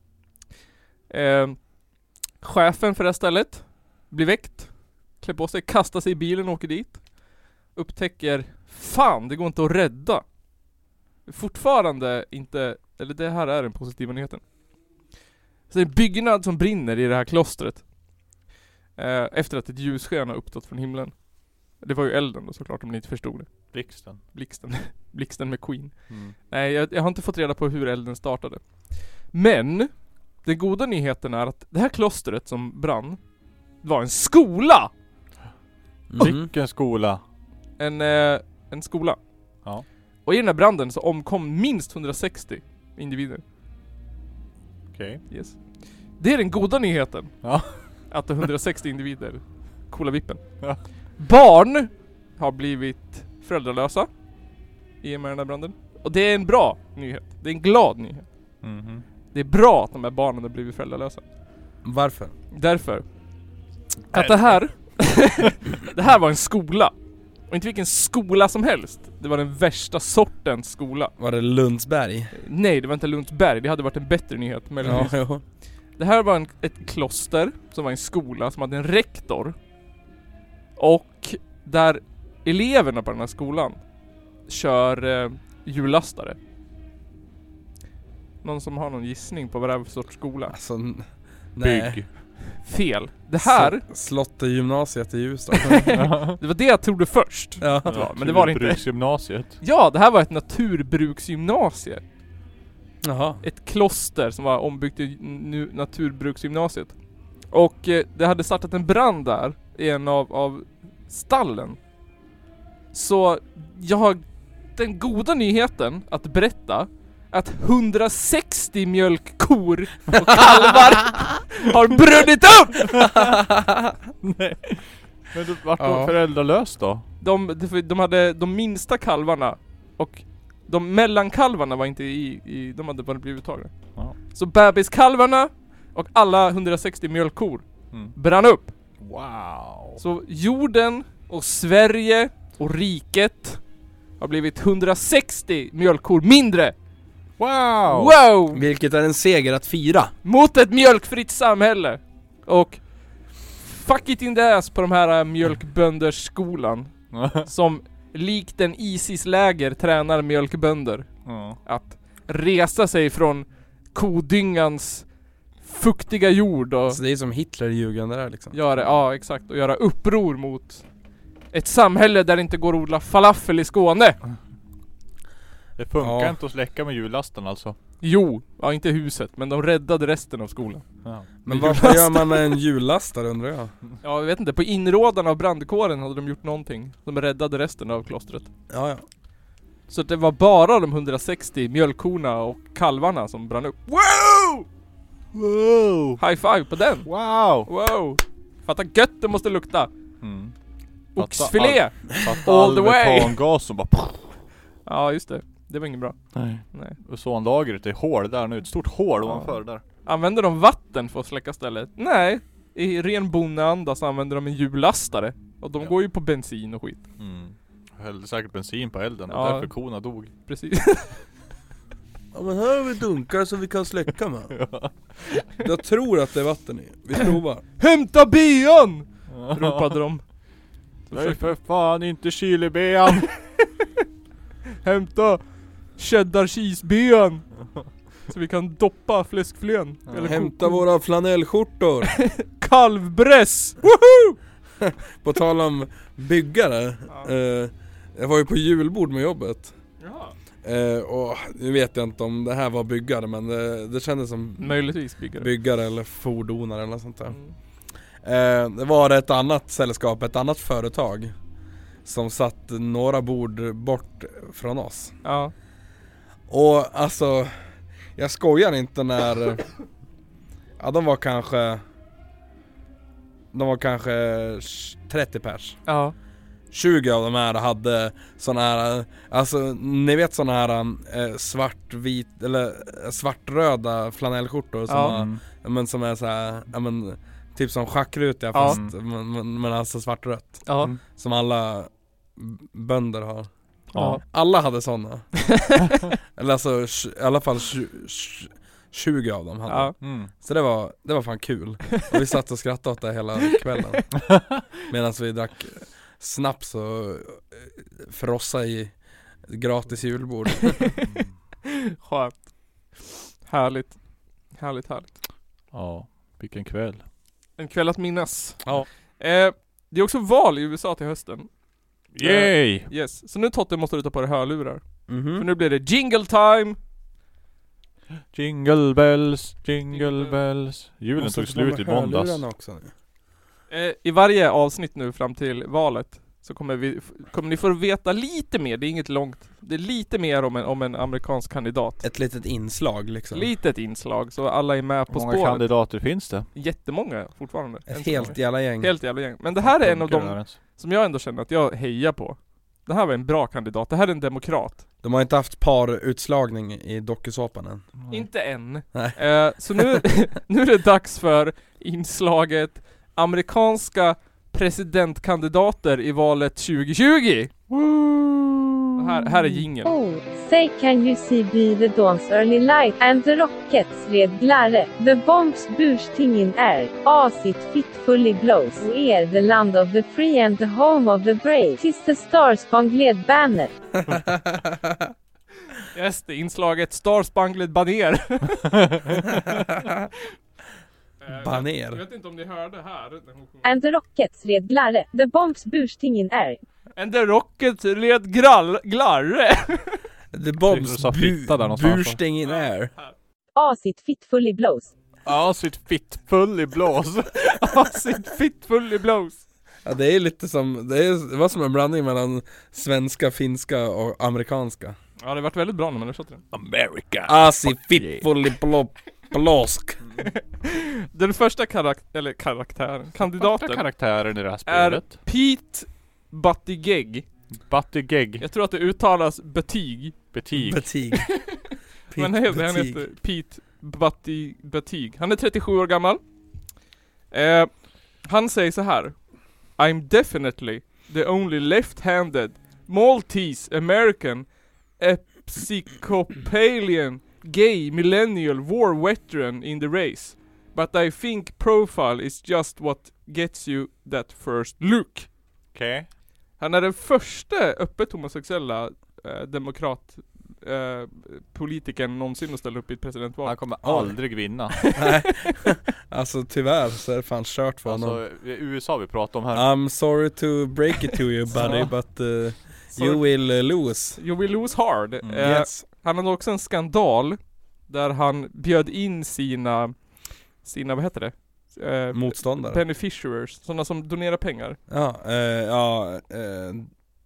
Eh, chefen för det här stället blir väckt, klär på sig, kastar sig i bilen och åker dit. Upptäcker, fan, det går inte att rädda. Fortfarande inte, eller det här är den positiva nyheten. Så det är en byggnad som brinner i det här klostret. Eh, efter att ett ljussken har uppstått från himlen. Det var ju elden då såklart, om ni inte förstod det. Blixten. Blixten. Blixten med Queen. Mm. Nej, jag, jag har inte fått reda på hur elden startade. Men den goda nyheten är att det här klostret som brann var en skola! Mm. Vilken skola? En, eh, en skola. Ja. Och i den här branden så omkom minst hundrasextio individer. Okej. Yes. Det är den goda nyheten. Ja. Att det är hundrasextio individer. Coola vippen. Ja. Barn har blivit föräldralösa i och med den här branden. Och det är en bra nyhet. Det är en glad nyhet. Mhm. Det är bra att de här barnen har blivit föräldralösa. Varför? Därför att det här det här var en skola. Och inte vilken skola som helst. Det var den värsta sortens skola. Var det Lundsberg? Nej, det var inte Lundsberg. Det hade varit en bättre nyhet. Men Ja, jo. det här var en, ett kloster som var en skola som hade en rektor Och där eleverna på den här skolan kör eh, hjullastare. Någon som har någon gissning på vad det är för sorts skola? Alltså, n- nej. Bygg. Fel. Det här, S- Slottegymnasiet i Ljusdal. det var det jag trodde först. Ja. Att det var, men det var det inte. Bruksgymnasiet. Ja, det här var ett naturbruksgymnasie. Jaha. Ett kloster som var ombyggt till nu naturbruksgymnasiet. Och eh, det hade startat en brand där i en av, av stallen. Så jag har den goda nyheten att berätta att hundrasextio mjölkkor och kalvar har brunnit upp! Nej. Men du, vart Ja. var föräldralös då? De, de, de hade de minsta kalvarna och de mellankalvarna var inte i, i de hade bara blivit uttagna. Ja. Så bebiskalvarna och alla hundrasextio mjölkkor Mm. brann upp. Wow. Så jorden och Sverige och riket har blivit hundrasextio mjölkkor mindre. Wow! Wow! Vilket är en seger att fira. Mot ett mjölkfritt samhälle. Och fuck it in the ass på de här äh, mjölkböndersskolan som likt en ISIS-läger tränar mjölkbönder Ja. att resa sig från kodyngans fuktiga jord och Så det är som Hitler-Jugend där liksom. göra, ja exakt, och göra uppror mot ett samhälle där det inte går att odla falafel i Skåne. Det funkar Ja. inte att släcka med hjullasten alltså. Jo, ja inte huset, men de räddade resten av skolan. Ja. Men varför gör man en hjullastare undrar jag? Ja, jag vet inte, på inrådan av brandkåren hade de gjort någonting. De räddade resten av klostret. Ja, ja. Så det var bara de hundrasextio mjölkkorna och kalvarna som brann upp. Wow! Wow! High five på den! Wow! Wow! Fatta gött det måste lukta! Mm. Oxfilé! Fatta All all the way. metangas som bara... Ja just det, det var inget bra. Nej. Nej. Ozonlagret är hål där nu, ett stort hål Ja. ovanför där. Använder de vatten för att släcka stället? Nej. I ren bondeanda så använder de en hjullastare. Och de Ja. går ju på bensin och skit. Mm. Hällde säkert bensin på elden och Ja. därför korna dog. Precis. Ja men här har vi dunkar som vi kan släcka med. Jag tror att det är vatten i. Vi provar. Hämta bean! Ropade de. Nej för fan inte chilibean. Hämta cheddar cheesebean! Så vi kan doppa fläskfilén. Ja. Eller Hämta koko- våra flanellskjortor. kalvbräss! Woho! På tal om byggare. Ja. Eh, jag var ju på julbord med jobbet. Ja. Eh, och nu vet jag inte om det här var byggare, men det, det kändes som Möjligtvis byggare. byggare eller fordonare eller något sånt där. Mm. Eh, det var ett annat sällskap, ett annat företag som satt några bord bort från oss. Ja. Och alltså, jag skojar inte när... Ja, de var kanske... De var kanske trettio pers. Ja. tjugo av de här hade såna här, alltså ni vet såna här eh, svartvit eller eh, svartröda flanellskjortor som, Ja. har, Mm. ja, men som är så här, ja, men typ som schackrutiga Ja. fast men, men, men alltså svartrött. Ja. Mm. Som alla b- bönder har. Ja. Alla hade såna. Eller alltså tj- i alla fall tj- tj- tjugo av dem hade. Ja. Mm. Så det var, det var fan kul. Och vi satt och skrattade åt det hela kvällen. Medan vi drack snaps och eh, frossa i gratis julbord. Skönt. Härligt. Härligt, härligt. Ja, vilken kväll. En kväll att minnas. Ja. Eh, det är också val i U S A till hösten. Yay! Yes. Så nu Totte måste du ta på dig hörlurar. Mhm. För nu blir det jingle time! Jingle bells, jingle Jingle bells. Julen Måste tog ta slut med i måndags. hörlurarna också nu. Eh, I varje avsnitt nu fram till valet så kommer, vi, kommer ni få veta lite mer, det är inget långt, det är lite mer om en, om en amerikansk kandidat. Ett litet inslag liksom. Litet inslag så alla är med på Hur många spåret. kandidater finns det? Jättemånga fortfarande. Än Ett så helt länge. jävla gäng. Helt jävla gäng. Men det här är en av Funkar det de här ens? som jag ändå känner att jag hejar på. Det här var en bra kandidat, det här är en demokrat. De har inte haft parutslagning i dokusåpan än. Nej. Inte än. Nej. Eh, så nu, nu är det dags för inslaget amerikanska presidentkandidater i valet tjugo tjugo. Här, här är jingeln. Oh, say can you see by the dawn's early light and the rockets red glare, the bombs bursting in air, as it fitfully blows, we are the land of the free and the home of the brave, tis the star-spangled banner. Just det, inslaget Star Spangled Banner. Baner. Jag vet inte om ni hörde här. And the rockets red glare, the bombs bursting in air. And the rockets red grall, glarre. The bombs Du sa fitta där någonstans, bursting in air. As it fitfully blows. Ja, sitt fitt full i blås. As it fitfully blows. Ja, det är lite som, det, är, det var som en blandning mellan svenska, finska och amerikanska. Ja, det har varit väldigt bra när man har köpt den. America. Asi fitfully blåsk. Den första karak- eller karaktären, kandidaten Första karaktären i det här är spelet. Pete Buttigieg. Buttigieg. Jag tror att det uttalas betyg. Betyg. Betyg. Men han heter, han heter Pete Butti, Betyg. Han är trettiosju år gammal. Eh, han säger så här: I'm definitely the only left-handed Maltese American Episcopalian gay millennial war veteran in the race. But I think profile is just what gets you that first look. Okej. Okay. Han är den första öppet homosexuella eh, demokrat eh, politikern någonsin att ställa upp i ett presidentval. Han kommer aldrig vinna. Nej. Alltså tyvärr så är det fan kört för honom. Alltså U S A vi pratar om här. I'm sorry to break it to you buddy, but uh, you will uh, lose. You will lose hard. Mm. Eh, Yes. Han hade också en skandal där han bjöd in sina sina, vad heter det? Eh, Motståndare. beneficiaries, sådana som donerar pengar. Ja, eh, ja eh, eh,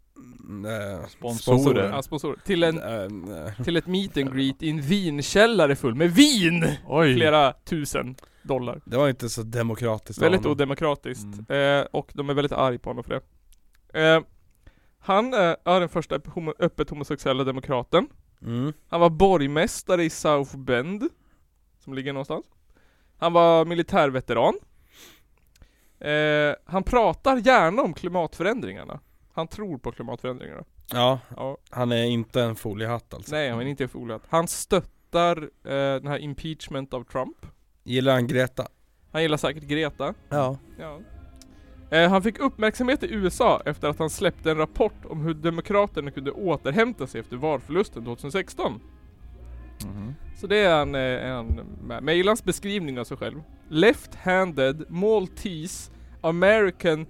Sponsorer. Ja, sponsorer. Till en Eh, eh, till ett meet and greet i en vinkällare full med vin! Oj. Flera tusen dollar. Det var inte så demokratiskt. Väldigt av honom. odemokratiskt. Mm. Eh, och de är väldigt arg på honom för det. Eh, han eh, är den första homo- öppet homosexuella demokraten. Mm. Han var borgmästare i South Bend, som ligger någonstans. Han var militärveteran. Eh, han pratar gärna om klimatförändringarna. Han tror på klimatförändringarna. Ja, Ja. han är inte en foliehatt alltså. Nej, han är inte förordat. Han stöttar eh, den här impeachment av Trump. Gillar han Greta? Han gillar säkert Greta. Ja. Ja. Eh, han fick uppmärksamhet i U S A efter att han släppte en rapport om hur demokraterna kunde återhämta sig efter valförlusten tjugohundrasexton. Mhm. Så det är en, eh, en med. Men jag gillar hans beskrivning av sig själv. Left-handed, Maltese, American,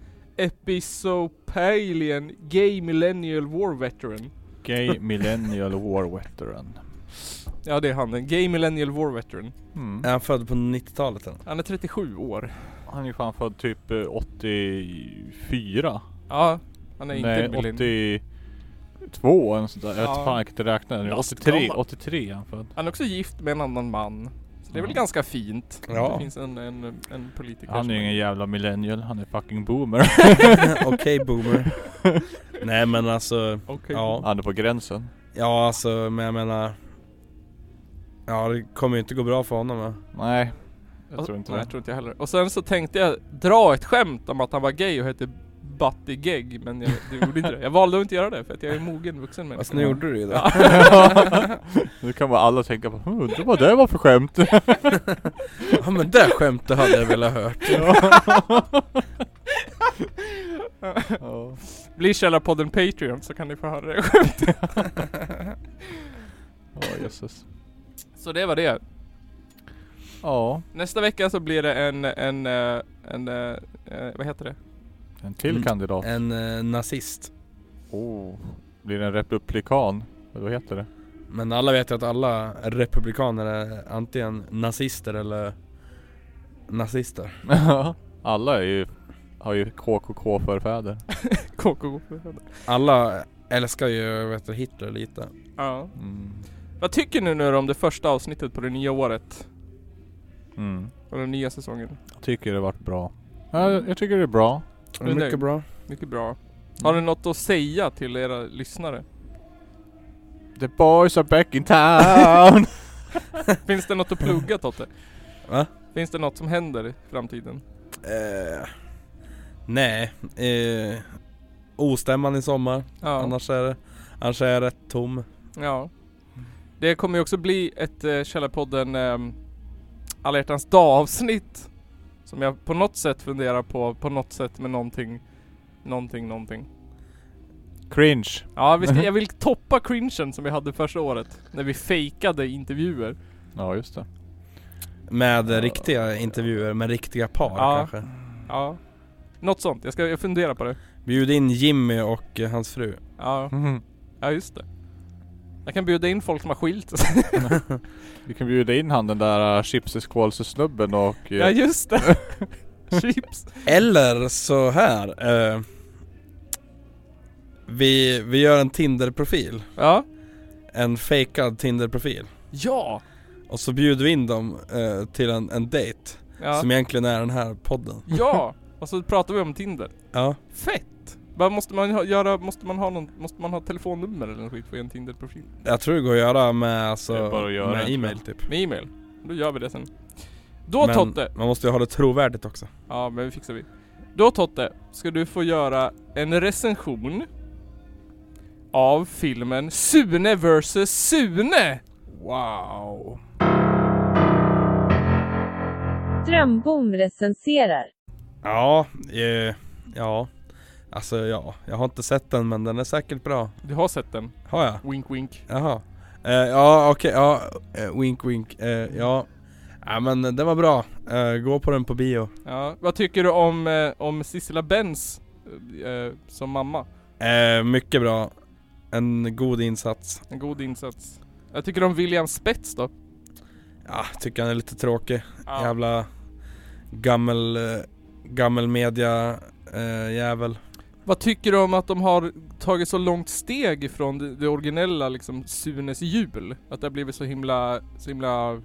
Episcopalian, gay millennial war veteran. Gay millennial war veteran. Ja, det är han. En gay millennial war veteran. Mm. Är han född på nittiotalet eller? Han är trettiosju år. Han är ju fan född typ eh, åttiofyra. Ja, han är inte Nej, millennial. åttiotvå eller sånt där. Jag vet Ja. fan, jag kan inte räkna nu. Last åttiotre, gammal. åttiotre är han född. Han är också gift med en annan man. Så det är väl Ja. ganska fint. Ja. Det finns en, en, en politiker Han är som ju ingen jävla millennial, han är fucking boomer. Okej boomer. Nej men alltså, Okej. ja. Han är på gränsen. Ja alltså, men jag menar. Ja, det kommer ju inte gå bra för honom va? Nej, jag Och- tror inte nej, det. jag tror inte jag heller. Och sen så tänkte jag dra ett skämt om att han var gay och hette Buttigieg, men jag, jag gjorde inte det. Jag valde att inte göra det för att jag är mogen vuxen människa. Fast nu gjorde du ju det. Ja. Nu kan bara alla tänka på, undrar vad det var för skämt. Ja men det skämtet hade jag velat hört. Ja. Blir Källarpodden Patreon så kan ni få höra det skämtet. Ja, jösses. Så det var det. Ja, Nästa vecka så blir det en, en, en, en, en vad heter det? en till Mm. kandidat. En eh, nazist. Oh. Blir det en republikan? Vad heter det? Men alla vet ju att alla republikaner är antingen nazister eller nazister. Alla är ju, har ju K K K-förfäder. K K K. Alla älskar ju vet du, Hitler lite. Ja. Mm. Vad tycker ni nu om det första avsnittet på det nya året? Mm. Och den nya säsongen? Jag tycker det har varit bra. Ja, jag tycker det är bra. Det är mycket bra. Mycket bra. Har ni något att säga till era lyssnare? The boys are back in town. Finns det något att plugga, Totte? Va? Finns det något som händer i framtiden? Eh, nej. Eh, ostämman i sommar. Ja. Annars är det Annars är jag rätt tom. Ja. Det kommer ju också bli ett uh, Källarpodden um, Alla hjärtans dag-avsnitt. Som jag på något sätt funderar på. På något sätt med någonting. Någonting, någonting. Cringe. Ja, vi ska, jag vill toppa cringen som vi hade första året. När vi fejkade intervjuer. Ja, just det. Med Ja. riktiga intervjuer, med riktiga par Ja. kanske. Ja. Något sånt. Jag ska jag fundera på det. Bjud in Jimmy och eh, hans fru. Ja. Mhm. Ja, just det. Jag kan bjuda in folk som har skilt sig. Vi kan bjuda in han den där uh, chipseskålsesnubben och... Uh, Ja, just det. Chips. Eller så här. Eh, vi, vi gör en Tinder-profil. Ja. En fejkad Tinder-profil. Ja. Och så bjuder vi in dem eh, till en, en date. Ja. Som egentligen är den här podden. Ja. Och så pratar vi om Tinder. Ja. Fett. Vad måste man ha, göra? Måste man ha någon, måste man ha telefonnummer eller något skit för en Tinder-profil? Jag tror det går att göra med, Det är alltså, bara att göra med det, e-mail tror jag. typ. Med e-mail. Då gör vi det sen. Då Men Totte. man måste ju ha det trovärdigt också. Ja, men vi fixar vi. Då Totte, ska du få göra en recension av filmen Sune versus Sune. Wow. Drömbom recenserar. Ja, eh, ja. Alltså ja, jag har inte sett den men den är säkert bra. Du har sett den. Har jag? Wink wink. Jaha. Eh, ja okej, ja. Eh, wink wink. Eh, ja. Ja men den var bra. Eh, gå på den på bio. Ja, vad tycker du om, eh, om Sissela Benz eh, som mamma? Eh, mycket bra. En god insats. En god insats. Jag tycker om William Spets då. Ja, tycker han är lite tråkig. Ja. Jävla gammel eh, gammel media eh, jävel. Vad tycker du om att de har tagit så långt steg ifrån det, det originella liksom Sunes jul? Att det har blivit så himla så himla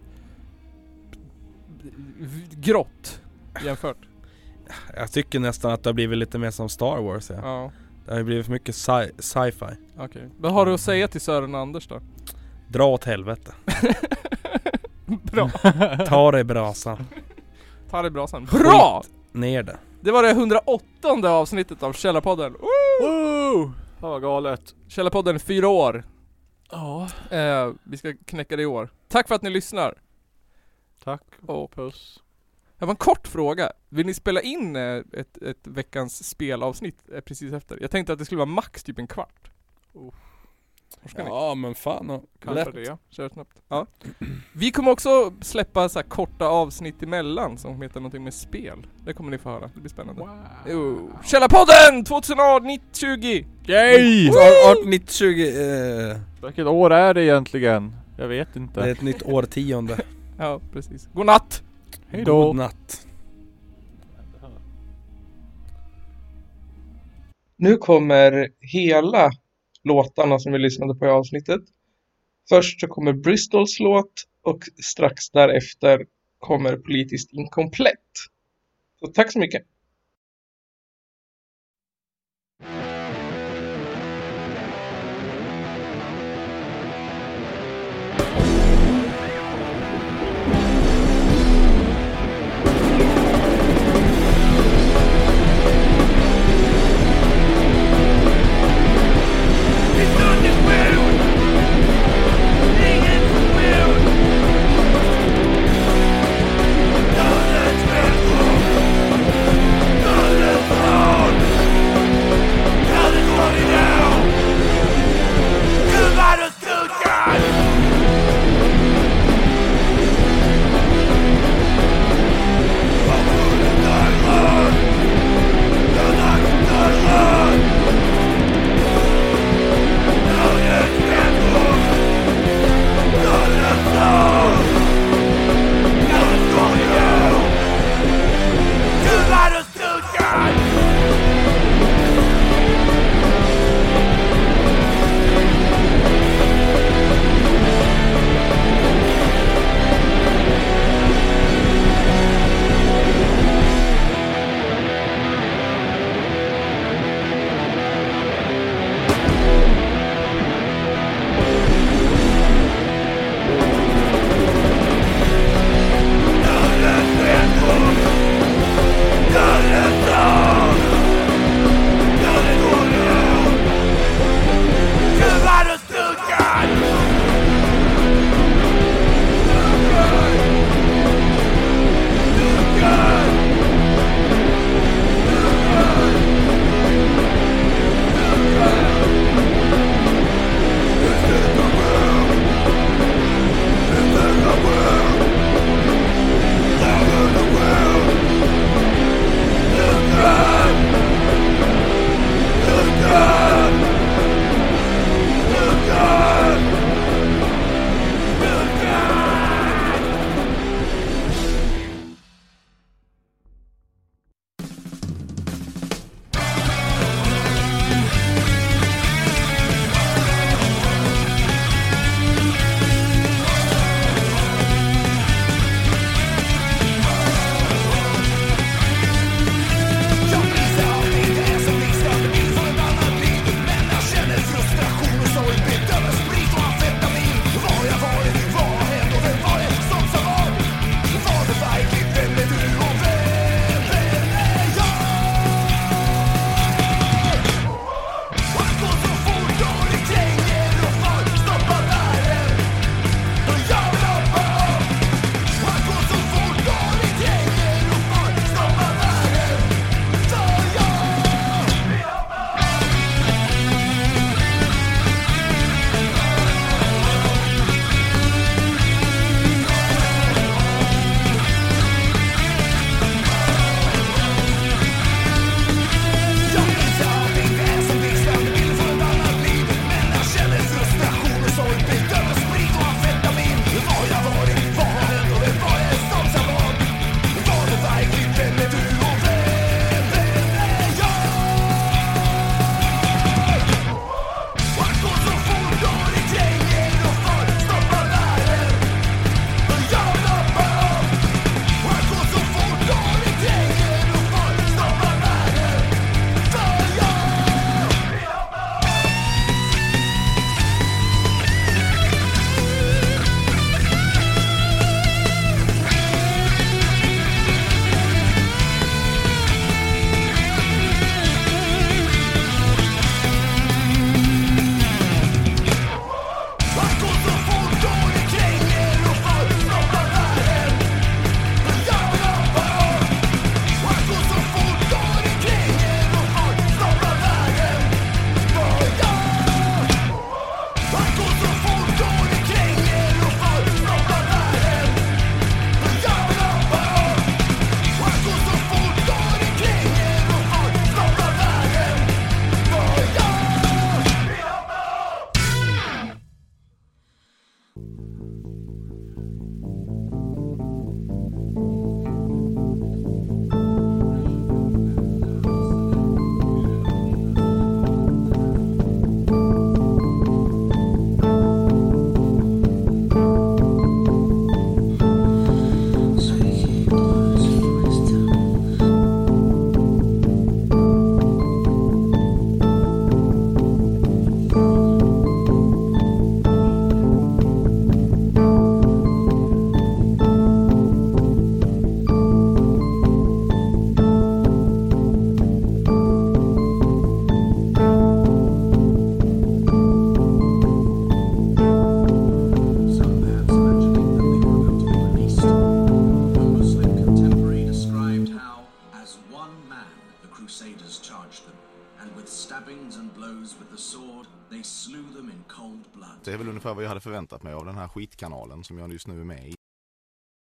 grått jämfört. Jag tycker nästan att det har blivit lite mer som Star Wars. Ja. Ja, Det har ju blivit för mycket sci- sci-fi. okej. Okay. Vad har du att säga till Sören och Anders då? Dra åt helvete. Bra. Ta det i brasan. Ta det bra sen. Bra! Ner det. Det var det hundraåttonde avsnittet av Källarpodden. Woo! Det var galet. Källarpodden fyra år. Ja. Eh, vi ska knäcka det i år. Tack för att ni lyssnar. Tack. Och Puss. jag har en kort fråga. Vill ni spela in eh, ett, ett veckans spelavsnitt eh, precis efter? Jag tänkte att det skulle vara max typ en kvart. Oh. Ska ni? Ja men fan och Kanske lätt. det. Kör snabbt. Ja. Vi kommer också släppa så här korta avsnitt emellan som heter någonting med spel. Det kommer ni få höra. Det blir spännande. Wow. Jo. Källarpodden tjugoarton tjugo! Yay! arton nitton tjugo eh, Vilket år är det egentligen? Jag vet inte. det är ett nytt årtionde. Ja, precis. God natt! Hej då. God natt. Nu kommer hela låtarna som vi lyssnade på i avsnittet. Först så kommer Bristols låt och strax därefter kommer Politiskt inkomplett. Så tack så mycket. Don't let me go. and with stabbings and blows with the sword, they slew them in cold blood. Det är väl ungefär vad jag hade förväntat mig av den här skitkanalen som jag just nu är med i.